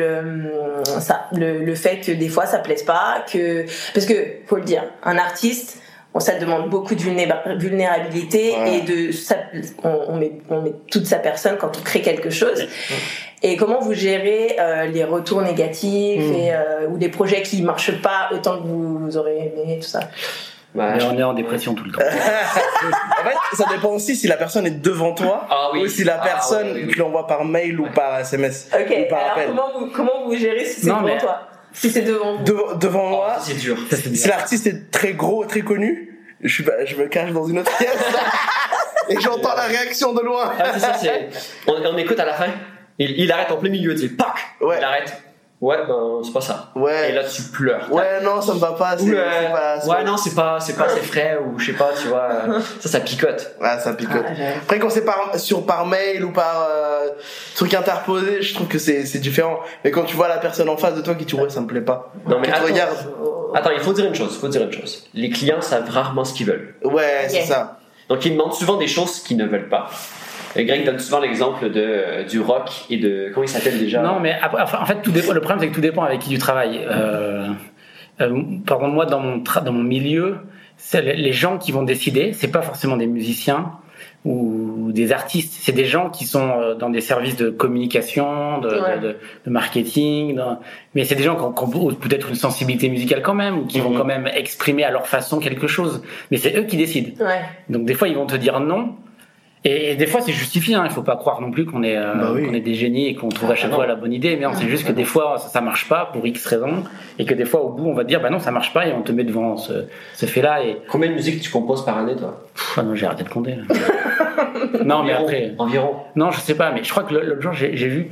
le fait que des fois ça plaise pas, parce que faut le dire, un artiste, ça demande beaucoup de vulnérabilité et on met toute sa personne quand on crée quelque chose. Et comment vous gérez les retours négatifs ou des projets qui marchent pas autant que vous aurez aimé, tout ça? Mais on est en dépression tout le temps. En fait, ça dépend aussi si la personne est devant toi ou si la personne tu l'envoies par mail ou par SMS ou par appel. Comment vous gérez si c'est devant toi? Si c'est devant vous. Devant moi, c'est dur. Si l'artiste est très gros, très connu, je me cache dans une autre pièce et j'entends la réaction de loin. C'est ça, on écoute à la fin. Il arrête en plein milieu, tu sais, pac. Il arrête. Ouais, c'est pas ça. Et là, tu pleures. Non, ça me va pas. Non, c'est pas assez frais ou je sais pas, tu vois. Ça picote. Ça picote. Après, quand c'est par mail ou par truc interposé, je trouve que c'est différent. Mais quand tu vois la personne en face de toi qui te dit ça me plaît pas. Non, mais attends, il faut dire une chose. Les clients savent rarement ce qu'ils veulent. C'est ça. Donc, ils demandent souvent des choses qu'ils ne veulent pas. Greg donne souvent l'exemple du rock et de... Comment il s'appelle déjà? Non, mais en fait, tout dépend. Le problème, c'est que tout dépend avec qui tu travailles. Par exemple, moi, dans mon milieu, les gens qui vont décider, c'est pas forcément des musiciens ou des artistes. C'est des gens qui sont dans des services de communication, de marketing. Mais c'est des gens qui ont peut-être une sensibilité musicale quand même, ou qui vont quand même exprimer à leur façon quelque chose. Mais c'est eux qui décident. Donc des fois, ils vont te dire non. Et des fois, c'est justifié. Il faut pas croire non plus qu'on est des génies et qu'on trouve à chaque fois la bonne idée. Mais non, c'est juste que des fois, ça marche pas pour X raisons, et que des fois, au bout, on va te dire, bah non, ça marche pas, et on te met devant ce fait-là. Et combien de musique tu composes par année, toi? Non, j'ai arrêté de compter. Non, mais après. Environ. Non, je sais pas, mais je crois que l'autre jour, j'ai vu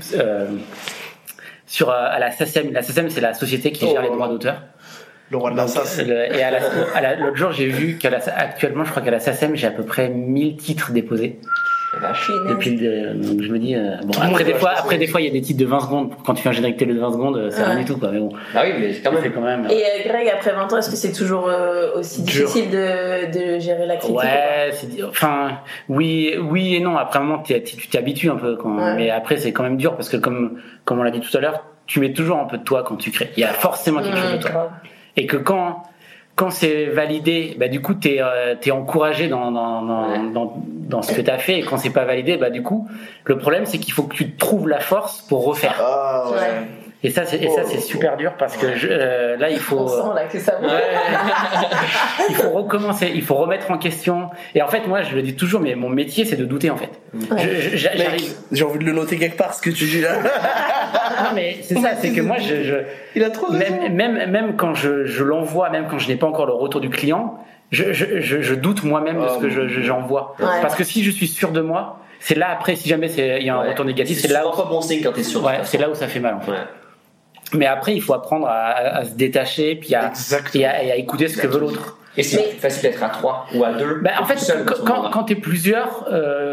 à la SACEM. La SACEM, c'est la société qui gère les droits d'auteur. Le roi de la SACEM. Et l'autre jour, j'ai vu qu'actuellement, je crois qu'à la SACEM, j'ai à peu près 1000 titres déposés. Donc je me dis, après des fois, il y a des titres de 20 secondes. Quand tu fais un générique télé de 20 secondes, c'est rien du tout, quoi. Mais bon. Ah oui, mais c'est quand même. Et Greg, après 20 ans, est-ce que c'est toujours aussi difficile de gérer la critique? Ouais, oui et non. Après un moment, tu t'habitues un peu, mais après, c'est quand même dur parce que comme on l'a dit tout à l'heure, tu mets toujours un peu de toi quand tu crées. Il y a forcément quelque chose de toi. Et que quand c'est validé, bah du coup t'es encouragé dans ce que t'as fait, et quand c'est pas validé, bah du coup le problème c'est qu'il faut que tu trouves la force pour refaire. Et ça c'est super dur parce que là il faut. On sent là que ça va. Il faut recommencer, il faut remettre en question. Et en fait moi je le dis toujours, mais mon métier c'est de douter en fait. J'ai envie de le noter quelque part ce que tu dis là. Non mais c'est ça, c'est que moi il a trop raison. Même quand je l'envoie, même quand je n'ai pas encore le retour du client, je doute moi-même de ce que j'envoie. Parce que si je suis sûr de moi, c'est là après, si jamais il y a un retour négatif, c'est là où pas bon signe quand t'es sûr. C'est là où ça fait mal en fait. Mais après, il faut apprendre à se détacher, puis à écouter ce que veut l'autre. Et c'est plus facile d'être à 3 ou à 2. En fait, quand t'es plusieurs,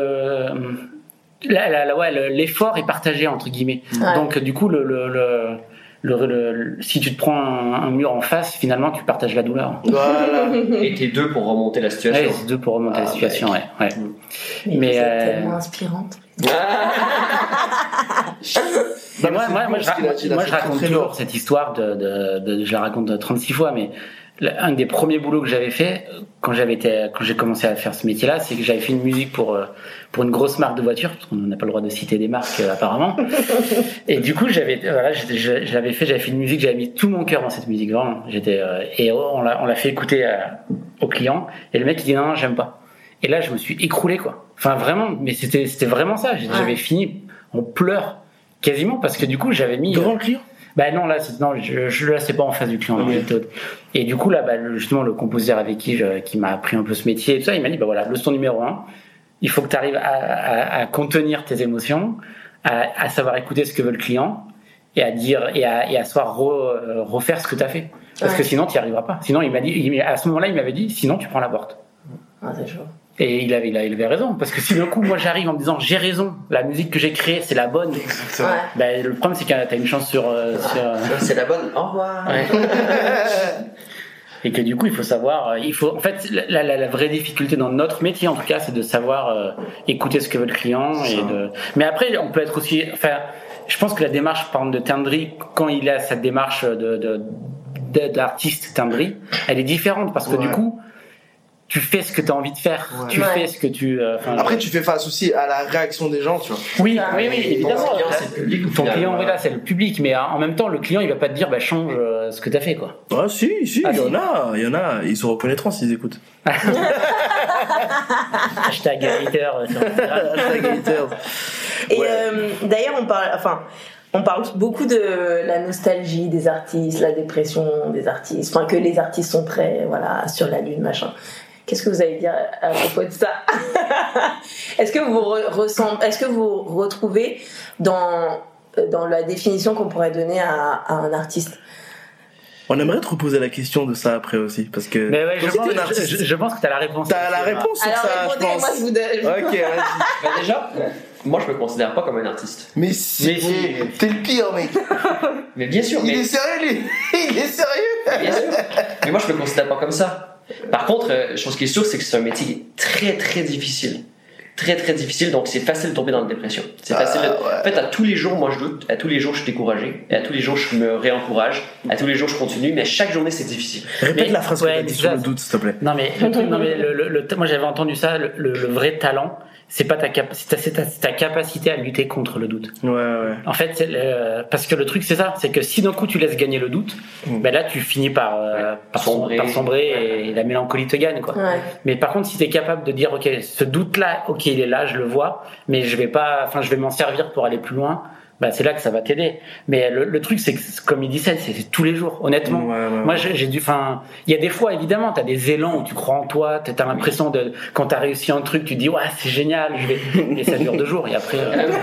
l'effort est partagé entre guillemets. Donc du coup, si tu te prends un mur en face, finalement, tu partages la douleur. Voilà. Et t'es deux pour remonter la situation. Ouais, c'est deux pour remonter la situation, ouais. Mais vous êtes tellement inspirante. Moi, je raconte toujours cette histoire je la raconte 36 fois, mais un des premiers boulots que j'avais fait quand j'ai commencé à faire ce métier-là, c'est que j'avais fait une musique pour une grosse marque de voitures, parce qu'on n'a pas le droit de citer des marques apparemment. Et du coup, j'avais fait une musique, j'avais mis tout mon cœur dans cette musique, vraiment. Et on l'a fait écouter au client, et le mec il dit non, j'aime pas. Et là, je me suis écroulé, quoi. Enfin, vraiment, mais c'était vraiment ça. J'avais fini en pleurs, quasiment, parce que du coup, j'avais mis. Devant le client? Bah non, là, c'est pas en face du client. Et du coup, là, justement, le compositeur avec qui m'a appris un peu ce métier et tout ça, il m'a dit, bah voilà, leçon numéro 1, il faut que tu arrives à contenir tes émotions, à savoir écouter ce que veut le client, et à dire, et à savoir refaire ce que tu as fait. Parce que sinon, tu n'y arriveras pas. Sinon, à ce moment-là, il m'avait dit, sinon, tu prends la porte. C'est chaud. Et il avait raison, parce que si d'un coup moi j'arrive en me disant j'ai raison, la musique que j'ai créée c'est la bonne, le problème c'est que t'as une chance sur c'est la bonne, au revoir. Et que du coup il faut savoir, en fait la vraie difficulté dans notre métier en tout cas c'est de savoir écouter ce que veut le client mais après on peut être aussi, je pense que la démarche par exemple de Tendry, quand il a cette démarche d'artiste Tendry, elle est différente parce que du coup tu fais ce que tu as envie de faire, tu fais ce que tu... Après, tu fais face aussi à la réaction des gens, tu vois. Oui, évidemment. Ton client, c'est le public. Ton client, c'est le public, mais en même temps, le client, il va pas te dire, change ce que tu as fait, quoi. Ah, si, il y en a, ils se reconnaîtront s'ils écoutent. Hashtag hater. Et d'ailleurs, on parle beaucoup de la nostalgie des artistes, la dépression des artistes, que les artistes sont très, sur la lune, machin. Qu'est-ce que vous allez dire à propos de ça? Est-ce que vous retrouvez dans la définition qu'on pourrait donner à un artiste? On aimerait te reposer la question de ça après aussi, parce que. Mais ouais, je pense que t'as la réponse. T'as la réponse sur ça, je pense. Moi, je vous donne. Ok, vas-y. Déjà, moi je me considère pas comme un artiste. Mais si, t'es le pire, mec. Mais bien sûr. Il est sérieux, lui. Il est sérieux. Bien sûr. Mais moi je me considère pas comme ça. Par contre, chose qui est sûre, c'est que c'est un métier très très difficile. Très très difficile, donc c'est facile de tomber dans la dépression. C'est facile. En fait, à tous les jours, moi je doute, à tous les jours je suis découragé, et à tous les jours je me réencourage, à tous les jours je continue, mais chaque journée c'est difficile. Répète la phrase que t'as dit sur le doute, s'il te plaît. Non mais moi j'avais entendu ça, le vrai talent, c'est pas ta capacité à lutter contre le doute. Ouais. En fait, parce que le truc c'est ça, c'est que si d'un coup tu laisses gagner le doute, là tu finis par sombrer et la mélancolie te gagne, quoi. Ouais. Mais par contre, si t'es capable de dire ok, ce doute là, ok, il est là, je le vois, mais je vais m'en servir pour aller plus loin. Bah, c'est là que ça va t'aider. Mais le truc, c'est que, comme il dit ça, c'est tous les jours, honnêtement. Moi, il y a des fois, évidemment, t'as des élans où tu crois en toi, t'as l'impression quand t'as réussi un truc, tu te dis, ouais, c'est génial, et ça dure 2 jours, et après,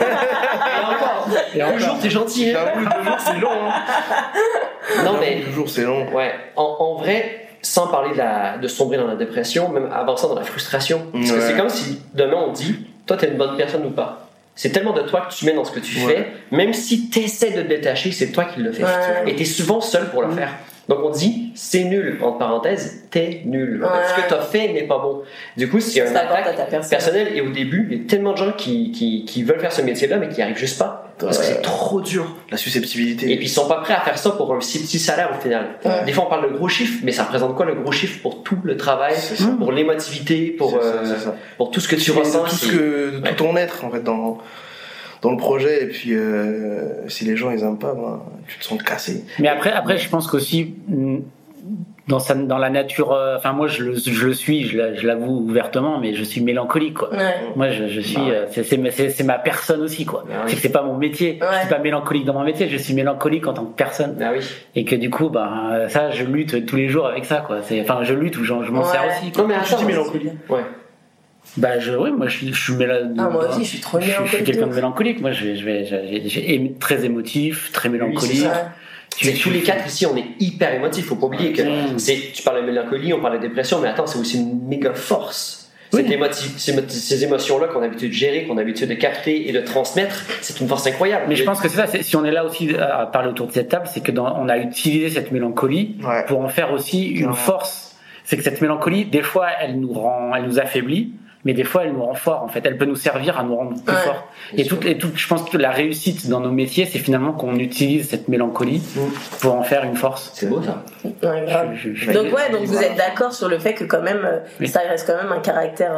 et encore. 2 jours, t'es gentil, hein. 2 jours, c'est long, hein. Non, mais. 2 jours, c'est long. Ouais. En vrai, sans parler de sombrer dans la dépression, même avançant dans la frustration. Parce que c'est comme si, demain, on dit, toi, t'es une bonne personne ou pas. C'est tellement de toi que tu mets dans ce que tu fais, même si tu essaies de te détacher, c'est toi qui le fais. Et tu es souvent seul pour le faire. Donc on dit, c'est nul, entre parenthèses, t'es nul. Ce que tu as fait n'est pas bon. Du coup, c'est un attaque personnel. Et au début, il y a tellement de gens qui veulent faire ce métier-là, mais qui n'y arrivent juste pas. Parce que c'est trop dur. La susceptibilité. Et puis ils sont pas prêts à faire ça pour un si petit salaire au final. Des fois on parle de gros chiffres, mais ça représente quoi le gros chiffre pour tout le travail, pour l'émotivité, pour tout ce que tu ressens, tout ton être en fait dans le projet. Et puis si les gens ils aiment pas, tu te sens cassé. Mais après je pense qu'aussi dans la nature, moi je le suis, je l'avoue ouvertement, mais je suis mélancolique quoi. Moi je suis c'est ma personne aussi quoi. C'est que c'est pas mon métier. Je suis pas mélancolique dans mon métier, je suis mélancolique en tant que personne. Et que du coup ça je lutte tous les jours avec ça quoi. Je lutte ou je m'en sers aussi quoi. Non mais attends, mélancolique. Moi je suis mélancolique. Moi aussi je suis trop mélancolique. Je suis quelqu'un de mélancolique. Moi j'ai très émotif, très mélancolique. Tous les 4 ici, on est hyper émotifs. Faut pas oublier que tu parles de mélancolie, on parle de dépression, mais attends, c'est aussi une méga force. Ces émotions-là qu'on a l'habitude de gérer, qu'on a l'habitude de capter et de transmettre, c'est une force incroyable. Mais je pense que c'est ça. Si on est là aussi à parler autour de cette table, c'est que on a utilisé cette mélancolie pour en faire aussi une force. C'est que cette mélancolie, des fois, elle nous affaiblit. Mais des fois, elle nous rend fort, en fait. Elle peut nous servir à nous rendre plus forts. Et je pense que la réussite dans nos métiers, c'est finalement qu'on utilise cette mélancolie pour en faire une force. C'est beau, ça. Donc vous êtes d'accord sur le fait que quand même, ça reste quand même un caractère...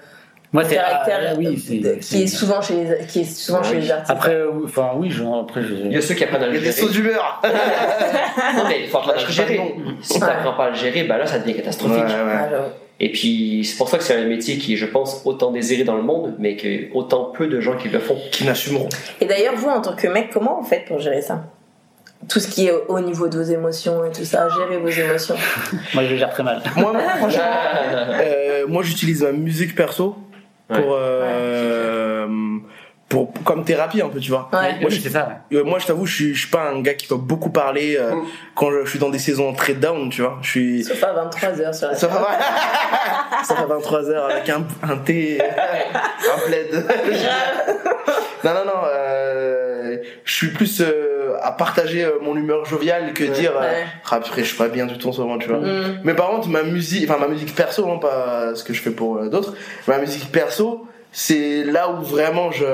qui est souvent chez les artistes. Après, il y a ceux qui apprennent à le gérer. Il y a des sauts d'humeur. Non, mais il faut apprendre à le gérer. Si tu n'apprends pas à le gérer, là, ça devient catastrophique. Et puis, c'est pour ça que c'est un métier qui est, je pense, autant désiré dans le monde, mais que autant peu de gens qui le font. Qui l'assumeront. Et d'ailleurs, vous, en tant que mec, comment vous faites pour gérer ça ? Tout ce qui est au niveau de vos émotions et tout ça, gérer vos émotions. Moi, je gère très mal. Moi, franchement, moi, j'utilise ma musique perso pour comme thérapie un peu, tu vois. Moi c'est ça. Moi je t'avoue, je suis pas un gars qui va beaucoup parler quand je suis dans des saisons très down, tu vois. Sauf à 23h sur la Sauf à 23h avec un thé, un plaid. Non, je suis plus à partager mon humeur joviale que dire après je suis pas bien du tout en ce moment, tu vois. Mais par contre ma musique perso, pas ce que je fais pour d'autres, ma musique perso, c'est là où vraiment je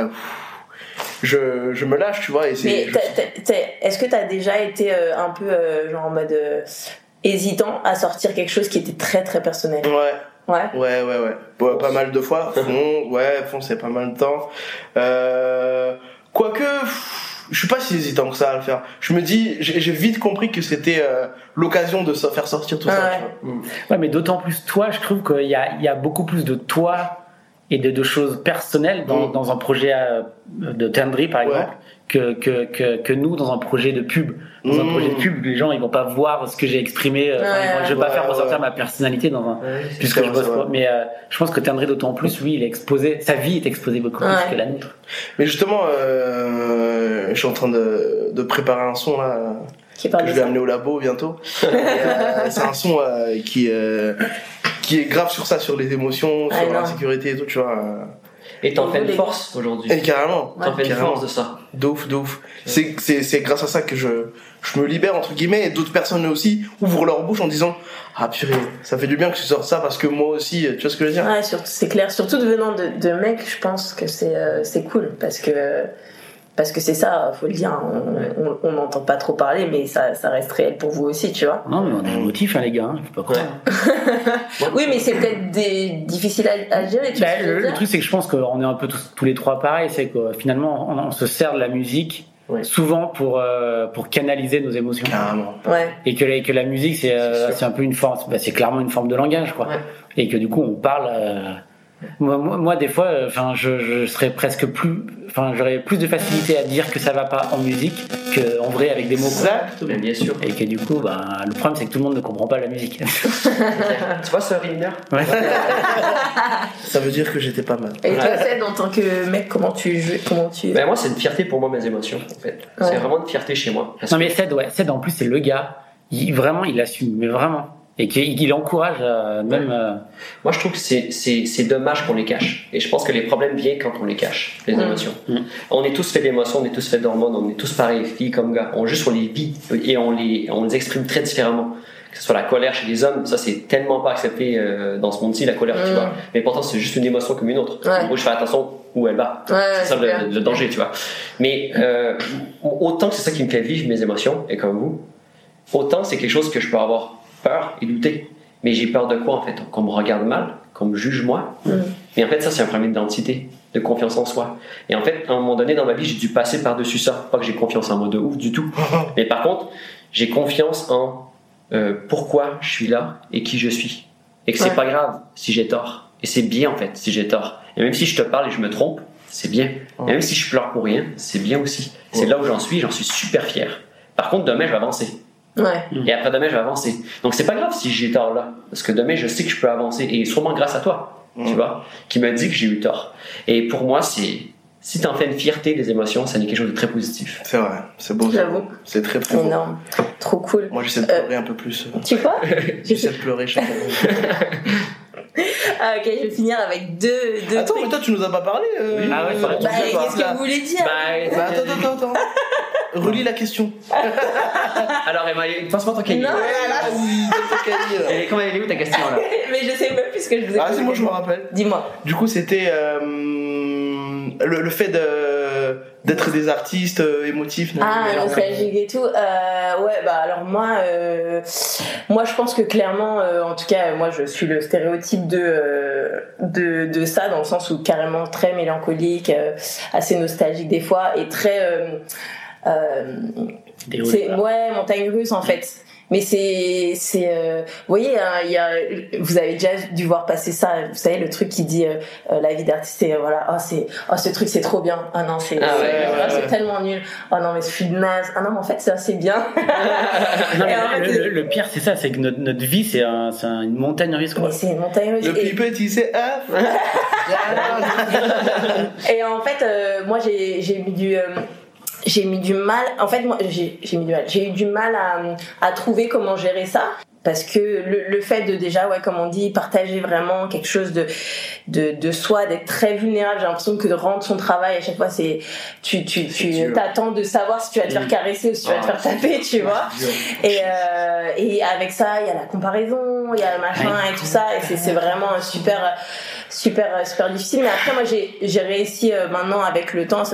me lâche, tu vois. Et mais est-ce que t'as déjà été un peu genre en mode hésitant à sortir quelque chose qui était très très personnel? Ouais, pas mal de fois. Fond, c'est pas mal de temps. Quoique, je suis pas si hésitant que ça à le faire. Je me dis, j'ai vite compris que c'était l'occasion de faire sortir tout ça. Tu vois. Ouais, mais d'autant plus toi, je trouve qu'il y a beaucoup plus de toi et de choses personnelles dans un projet de Tendry par exemple que nous dans un projet de pub. Dans un projet de pub, les gens ils vont pas voir ce que j'ai exprimé. Je vais pas faire ressortir ma personnalité dans un puisque je bosse pas. Mais je pense que Tendry d'autant plus, lui, il est exposé, sa vie est exposée beaucoup plus que la nôtre. Mais justement, je suis en train de préparer un son là. Que je vais amener au labo bientôt. C'est un son qui est grave sur ça, sur les émotions, sur l'insécurité et tout, tu vois. Et t'en fais une force aujourd'hui. Et carrément. T'en fais une force de ça. De ouf. C'est grâce à ça que je me libère, entre guillemets, et d'autres personnes aussi ouvrent leur bouche en disant purée, ça fait du bien que tu sortes ça parce que moi aussi, tu vois ce que je veux dire? Ouais, c'est clair. Surtout venant de mecs, je pense que c'est cool parce que c'est ça, faut le dire, on n'entend pas trop parler, mais ça reste réel pour vous aussi, tu vois. Non, mais on est émotifs, les gars, faut pas croire. Oui, mais c'est peut-être difficile à gérer, tu vois. Le truc, c'est que je pense qu'on est un peu tous les trois pareils, c'est que finalement, on se sert de la musique souvent pour canaliser nos émotions. Carrément. Et que la musique, c'est un peu une forme, c'est clairement une forme de langage, quoi. Et que du coup, on parle Moi, des fois, je serais presque j'aurais plus de facilité à dire que ça va pas en musique qu'en vrai avec des mots. Mais bien sûr. Et que du coup, le problème c'est que tout le monde ne comprend pas la musique. Tu vois ce Rimner? Ouais. Ça veut dire que j'étais pas mal. Et toi, Ced, en tant que mec, comment tu joues, Ben moi, c'est une fierté pour moi, mes émotions, en fait. Ouais. C'est vraiment une fierté chez moi. Mais Ced, en plus, c'est le gars. Il assume, mais vraiment. Et qu'il encourage même. Moi, je trouve que c'est dommage qu'on les cache. Et je pense que les problèmes viennent quand on les cache, les émotions. On est tous faits d'émotions, on est tous faits d'hormones, on est tous pareils, filles comme gars. On les vit et on les exprime très différemment. Que ce soit la colère chez les hommes, ça c'est tellement pas accepté dans ce monde-ci, la colère, tu vois. Mais pourtant, c'est juste une émotion comme une autre. Donc, je fais attention où elle va. C'est ça le danger, tu vois. Mais autant que c'est ça qui me fait vivre mes émotions, et comme vous, autant c'est quelque chose que je peux avoir peur et douter. Mais j'ai peur de quoi, en fait? Qu'on me regarde mal, qu'on me juge moi. Mais en fait, ça, c'est un problème d'identité, de confiance en soi. Et en fait, à un moment donné dans ma vie, j'ai dû passer par-dessus ça. Pas que j'ai confiance en moi de ouf du tout. Mais par contre, j'ai confiance en pourquoi je suis là et qui je suis. Et que c'est pas grave si j'ai tort. Et c'est bien, en fait, si j'ai tort. Et même si je te parle et je me trompe, c'est bien. Et même si je pleure pour rien, c'est bien aussi. C'est là où j'en suis super fier. Par contre, demain, je vais avancer. Et après demain je vais avancer, donc c'est pas grave si j'ai tort là, parce que demain je sais que je peux avancer, et sûrement grâce à toi, tu vois, qui m'a dit que j'ai eu tort. Et pour moi, si t'en fais une fierté des émotions, ça n'est quelque chose de très positif. C'est vrai, c'est beau. J'avoue. C'est très très beau. Énorme, trop cool. Moi j'essaie de pleurer un peu plus. Tu vois? J'essaie de pleurer chaque fois. Ok, je vais finir avec deux Attends, trucs. mais toi tu nous as pas parlé. Ah ouais, Qu'est-ce que vous voulez dire? Attends. Relis la question. Alors Emma, passe-moi ton cahier. Non, Et comment elle est où ta question là? Mais je sais même plus ce que je vous ai c'est moi je me rappelle. Dis-moi. Du coup c'était le fait d'être des artistes émotifs. Nostalgique et tout. Alors moi je pense que clairement, en tout cas moi je suis le stéréotype de ça, dans le sens où carrément très mélancolique, assez nostalgique des fois, et très montagne russe en fait. Mais vous voyez, vous avez déjà dû voir passer ça, vous savez, le truc qui dit la vie d'artiste, c'est ce truc c'est trop bien, c'est tellement nul, non mais je suis naze, non mais en fait c'est assez bien. Non, le pire c'est ça, c'est que notre vie c'est une montagne russe, quoi. Mais c'est une montagne russe. Le plus petit c'est Et en fait moi j'ai mis du mal, en fait moi j'ai eu du mal à trouver comment gérer ça, parce que le fait de déjà comme on dit, partager vraiment quelque chose de soi, d'être très vulnérable, j'ai l'impression que de rendre son travail à chaque fois c'est tu t'attends de savoir si tu vas te faire caresser ou si tu vas te faire taper, tu vois. Et avec ça il y a la comparaison, il y a le machin et tout ça, et c'est vraiment super difficile. Mais après moi j'ai réussi maintenant avec le temps, ça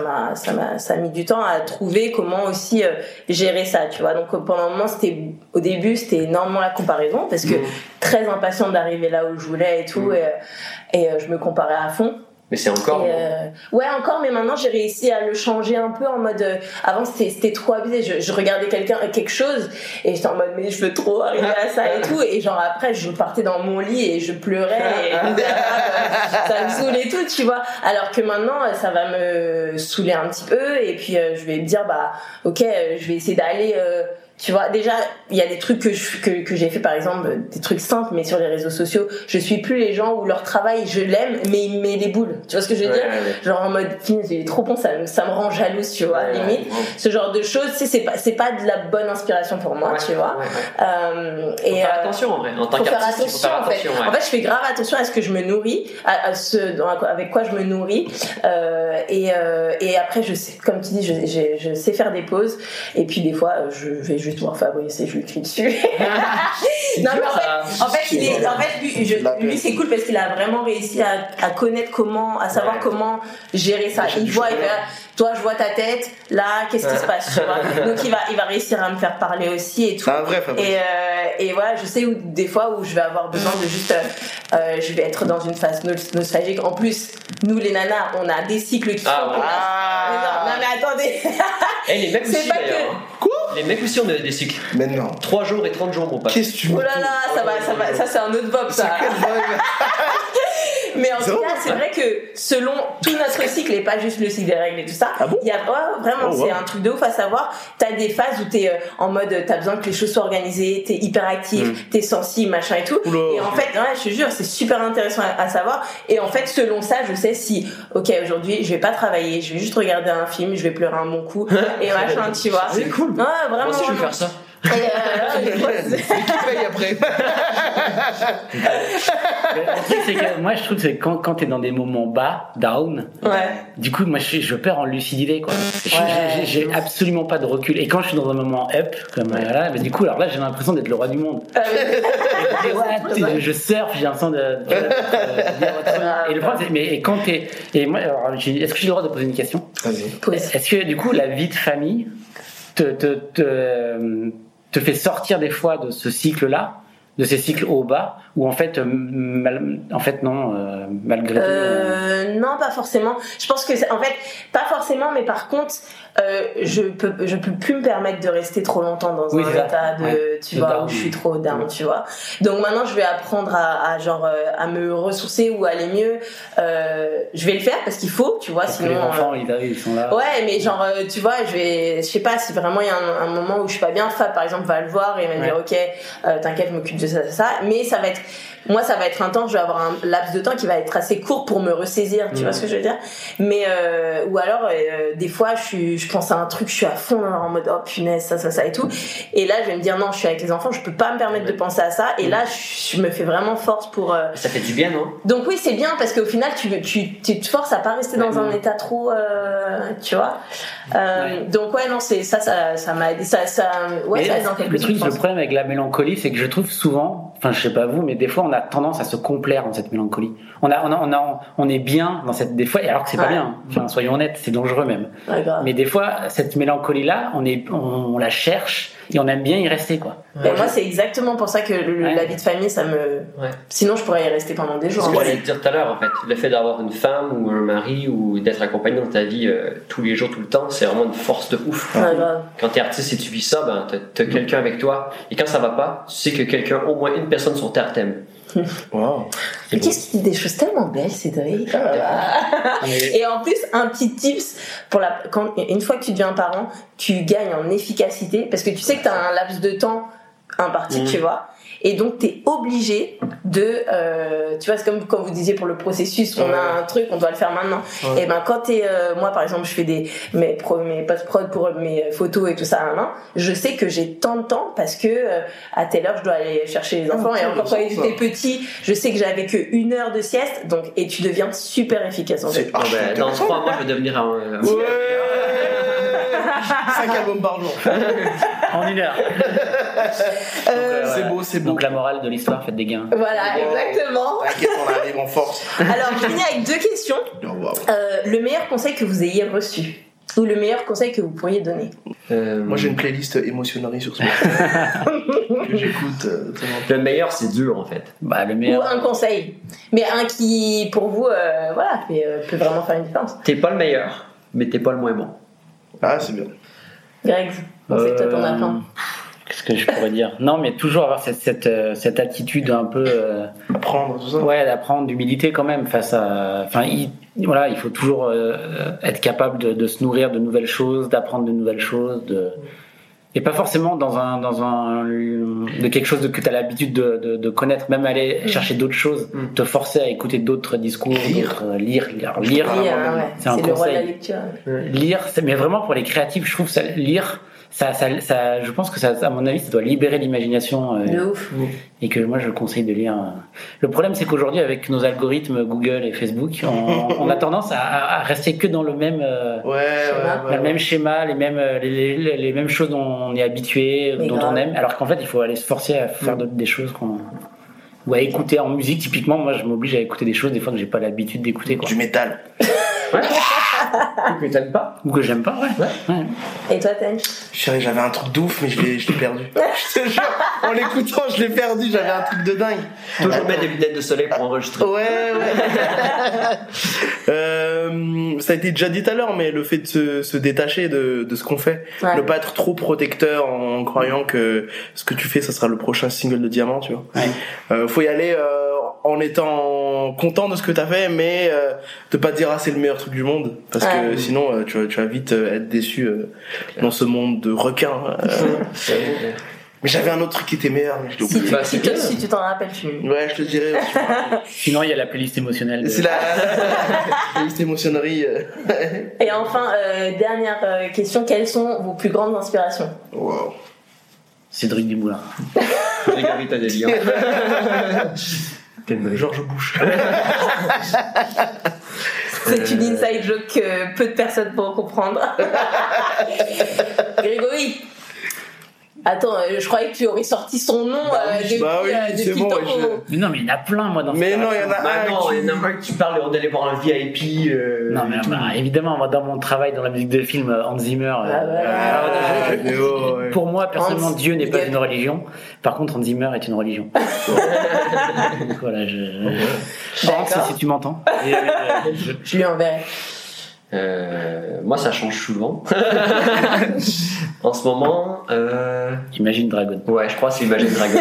a mis du temps à trouver comment aussi gérer ça, tu vois. Donc pendant un moment au début c'était énormément la comparaison, parce que très impatiente d'arriver là où je voulais et tout, et je me comparais à fond. Mais c'est encore. Encore, mais maintenant j'ai réussi à le changer un peu en mode. Avant c'était trop abusé. Je regardais quelque chose et j'étais en mode mais je veux trop arriver à ça et tout. Et genre après je partais dans mon lit et je pleurais et ça me saoulait tout, tu vois. Alors que maintenant ça va me saouler un petit peu, et puis je vais me dire ok, je vais essayer d'aller. Tu vois, déjà, il y a des trucs que j'ai fait, par exemple, des trucs simples, mais sur les réseaux sociaux, je suis plus les gens où leur travail, je l'aime, mais il me met les boules. Tu vois ce que je veux dire? Genre en mode, c'est trop bon, ça me rend jalouse, tu vois, limite. Ce genre de choses, c'est pas de la bonne inspiration pour moi, tu vois. Faut faire attention, en vrai. En tant qu'artiste, faut faire attention, en fait. En fait, je fais grave attention à ce que je me nourris, avec quoi je me nourris, et après, je sais, comme tu dis, je sais faire des pauses, et puis des fois, je vais juste voir Fabrice et je lui crie dessus. Non, mais en fait, lui c'est cool parce qu'il a vraiment réussi à connaître à savoir comment gérer ça. Il voit, toi, je vois ta tête, là, qu'est-ce qui se passe, tu vois. Donc, il va réussir à me faire parler aussi et tout. C'est un vrai Fabrice. Et voilà, je sais des fois où je vais avoir besoin de juste, je vais être dans une phase nostalgique. En plus, nous, les nanas, on a des cycles qui sont... Non, mais attendez. Les mecs aussi, d'ailleurs. Quoi? Les mecs aussi, on a des cycles. Mais non. 3 jours et 30 jours, mon pote. Qu'est-ce que tu veux? Oh là là, ça va, ça c'est un autre bob, ça. C'est quel vibe? Mais en tout cas, c'est vrai que selon tout notre cycle, et pas juste le cycle des règles et tout ça, il y a vraiment, c'est un truc de ouf à savoir. T'as des phases où t'es en mode, t'as besoin que les choses soient organisées, t'es hyper actif, t'es sensible, machin et tout. Et en fait, je te jure, c'est super intéressant à savoir. Et en fait, selon ça, je sais si, ok, aujourd'hui, je vais pas travailler, je vais juste regarder un film, je vais pleurer un bon coup, et machin, tu vois. C'est cool. Ouais, vraiment. Moi aussi, je vais faire ça. C'est qui paye après. Le truc, c'est que moi, je trouve que c'est quand t'es dans des moments bas, down, du coup, moi, je perds en lucidité, quoi. J'ai absolument pas de recul. Et quand je suis dans un moment up, comme là, mais du coup, alors là, j'ai l'impression d'être le roi du monde. Je surfe, j'ai l'impression de et le problème, c'est, mais quand t'es, et moi, alors, est-ce que j'ai le droit de poser une question? Vas-y. Est-ce que, du coup, la vie de famille te fait sortir des fois de ce cycle-là, de ces cycles haut bas, ou en fait, malgré tout. Non, pas forcément. Je pense que, en fait, pas forcément, mais par contre, je peux plus me permettre de rester trop longtemps dans un état de, tu vois, down, où je suis trop down, tu vois. Donc maintenant, je vais apprendre à me ressourcer ou aller mieux. Je vais le faire parce qu'il faut, tu vois, sinon. Les enfants, ils sont là. Ouais, mais genre, tu vois, je sais pas si vraiment il y a un moment où je suis pas bien. Fab, par exemple, va le voir et va me dire, ok, t'inquiète, je m'occupe de ça. Mais ça va être un temps, je vais avoir un laps de temps qui va être assez court pour me ressaisir, tu vois ce que je veux dire. Mais ou alors des fois je pense à un truc, je suis à fond en mode oh punaise ça et tout, et là je vais me dire non, je suis avec les enfants, je peux pas me permettre de penser à ça, et là je me fais vraiment force pour ça fait du bien, non? Donc oui, c'est bien parce qu'au final tu te forces à pas rester dans un état trop tu vois. Donc ouais, non, c'est ça m'a aidé, ça aide dans quelque chose. Le problème avec la mélancolie, c'est que je trouve souvent, enfin je sais pas vous, mais des fois on a tendance à se complaire dans cette mélancolie. On est bien dans cette, des fois, alors que c'est pas bien. Enfin, soyons honnêtes, c'est dangereux même. Mais des fois, cette mélancolie-là, on la cherche et on aime bien y rester, quoi. Et moi, c'est exactement pour ça que la vie de famille, ça me. Sinon, je pourrais y rester pendant des jours. C'est ce que j'allais te dire tout à l'heure, en fait. Le fait d'avoir une femme ou un mari ou d'être accompagné dans ta vie tous les jours, tout le temps, c'est vraiment une force de ouf. Quand t'es artiste et tu vis ça, ben t'as quelqu'un avec toi. Et quand ça va pas, tu sais que quelqu'un, au moins une personne sur Terre t'aime. Wow. Mais qu'est-ce qu'il dit des choses tellement belles, Cédric. Et en plus, un petit tips une fois que tu deviens parent, tu gagnes en efficacité parce que tu sais que t'as un laps de temps imparti, tu vois. Et donc t'es obligé de tu vois, c'est comme quand vous disiez pour le processus, on a un truc, on doit le faire maintenant. Et ben quand moi par exemple je fais mes post-prod pour mes photos et tout ça, je sais que j'ai tant de temps parce que à telle heure je dois aller chercher les enfants, et encore quand ils étaient petits, je sais que j'avais que 1 heure de sieste, donc, et tu deviens super efficace en fait. Dans 3 mois je vais devenir un 5 albums par jour. En 1 heure. C'est beau. Donc la morale de l'histoire, faites des gains. Voilà, exactement. T'inquiète, on arrive en force. Alors, je finis avec 2 questions. Le meilleur conseil que vous ayez reçu, ou le meilleur conseil que vous pourriez donner? Moi j'ai une playlist émotionnelle sur Spotify que j'écoute. Le meilleur, c'est dur en fait. Le meilleur. Ou un conseil, mais un qui pour vous peut vraiment faire une différence. T'es pas le meilleur, mais t'es pas le moins bon. Ah, c'est bien. Greg, on sait que toi t'en as plein. Qu'est-ce que je pourrais dire? Non, mais toujours avoir cette attitude un peu apprendre tout ça. Ouais, d'apprendre, d'humilité quand même face à. Enfin, il faut toujours être capable de se nourrir de nouvelles choses, d'apprendre de nouvelles choses, et pas forcément de quelque chose que tu as l'habitude de connaître, même aller chercher d'autres choses, te forcer à écouter d'autres discours, lire. C'est un conseil. Le roi de la lecture. Lire, mais vraiment pour les créatifs, je trouve ça, lire, ça, je pense que ça, à mon avis, ça doit libérer l'imagination. De ouf. Et que moi, je conseille de lire. Le problème, c'est qu'aujourd'hui, avec nos algorithmes Google et Facebook, on a tendance à rester que dans le même, même schéma, les mêmes choses dont on est habitué, dont on aime. Alors qu'en fait, il faut aller se forcer à faire des choses ou à écouter en musique. Typiquement, moi, je m'oblige à écouter des choses des fois que j'ai pas l'habitude d'écouter. Du métal. Ou que t'aimes pas. Ou que j'aime pas, ouais. Et toi, Tench? Chérie, j'avais un truc d'ouf, mais je l'ai perdu. Je te jure, en l'écoutant, je l'ai perdu, j'avais un truc de dingue. Toujours mettre des lunettes de soleil pour enregistrer. Ouais. Ça a été déjà dit tout à l'heure, mais le fait de se détacher de ce qu'on fait. Ne pas être trop protecteur en croyant que ce que tu fais, ça sera le prochain single de Diamant, tu vois. Faut y aller en étant vraiment content de ce que t'as fait, mais de pas dire c'est le meilleur truc du monde, parce que sinon tu vas vite être déçu dans ce monde de requins. Mais j'avais un autre truc qui était meilleur, mais je l'ai oublié. Si tu t'en rappelles, Ouais, je te dirais. Sinon, il y a la playlist émotionnelle. C'est la playlist émotionnerie. Et enfin, dernière question, quelles sont vos plus grandes inspirations? Wow. Cédric Dumoulin. Grégory Tadelli. Georges Bush. C'est une inside joke que peu de personnes pourront comprendre. Grégory. Attends, je croyais que tu aurais sorti son nom depuis c'est bon. Mais non, mais il y en a plein, moi, dans Mais non, il y en a il y en a un qui parle d'aller voir un VIP. Non, mais évidemment, moi, dans mon travail dans la musique de film, Hans Zimmer. Pour moi, personnellement, Dieu n'est pas une religion. Par contre, Hans Zimmer est une religion. Donc, voilà, Hans, si tu m'entends. Je lui enverrai. Moi, ça change souvent. En ce moment, Imagine Dragon. ouais, je crois que c'est Imagine Dragon.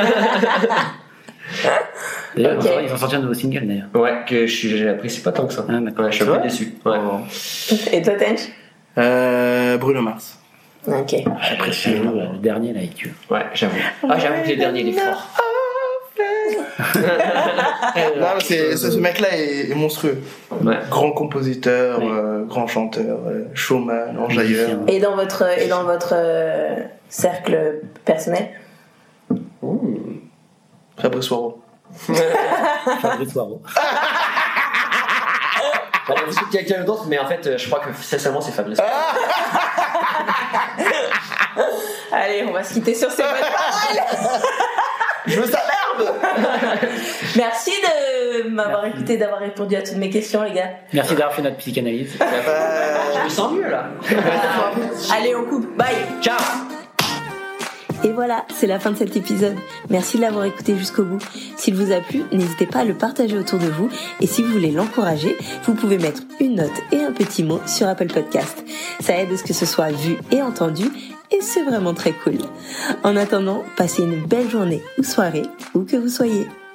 D'ailleurs, ils ont sorti un nouveau single d'ailleurs. Ouais, que j'apprécie pas tant que ça. Ah, d'accord. Ouais, je suis un peu déçu. Ouais. Et toi, Tench? Bruno Mars. Ok. J'apprécie le dernier là, tu Ouais, j'avoue. J'avoue que les derniers, il est fort. Non, ce mec-là est monstrueux. Ouais. Grand compositeur, grand chanteur, showman, enjailleur. Et dans votre cercle personnel? Fabrice Waro. Fabrice Waro. On a aussi quelqu'un d'autre, mais en fait, je crois que sincèrement, c'est Fabrice. Allez, on va se quitter sur ces bonnes paroles. Je veux sa merde. Merci de m'avoir écouté, d'avoir répondu à toutes mes questions, les gars. Merci d'avoir fait notre psychanalyse. Je me sens mieux là. Allez, on coupe. Bye. Ciao. Et voilà, c'est la fin de cet épisode. Merci de l'avoir écouté jusqu'au bout. S'il vous a plu, n'hésitez pas à le partager autour de vous. Et si vous voulez l'encourager, vous pouvez mettre une note et un petit mot sur Apple Podcast. Ça aide à ce que ce soit vu et entendu. Et c'est vraiment très cool. En attendant, passez une belle journée ou soirée, où que vous soyez.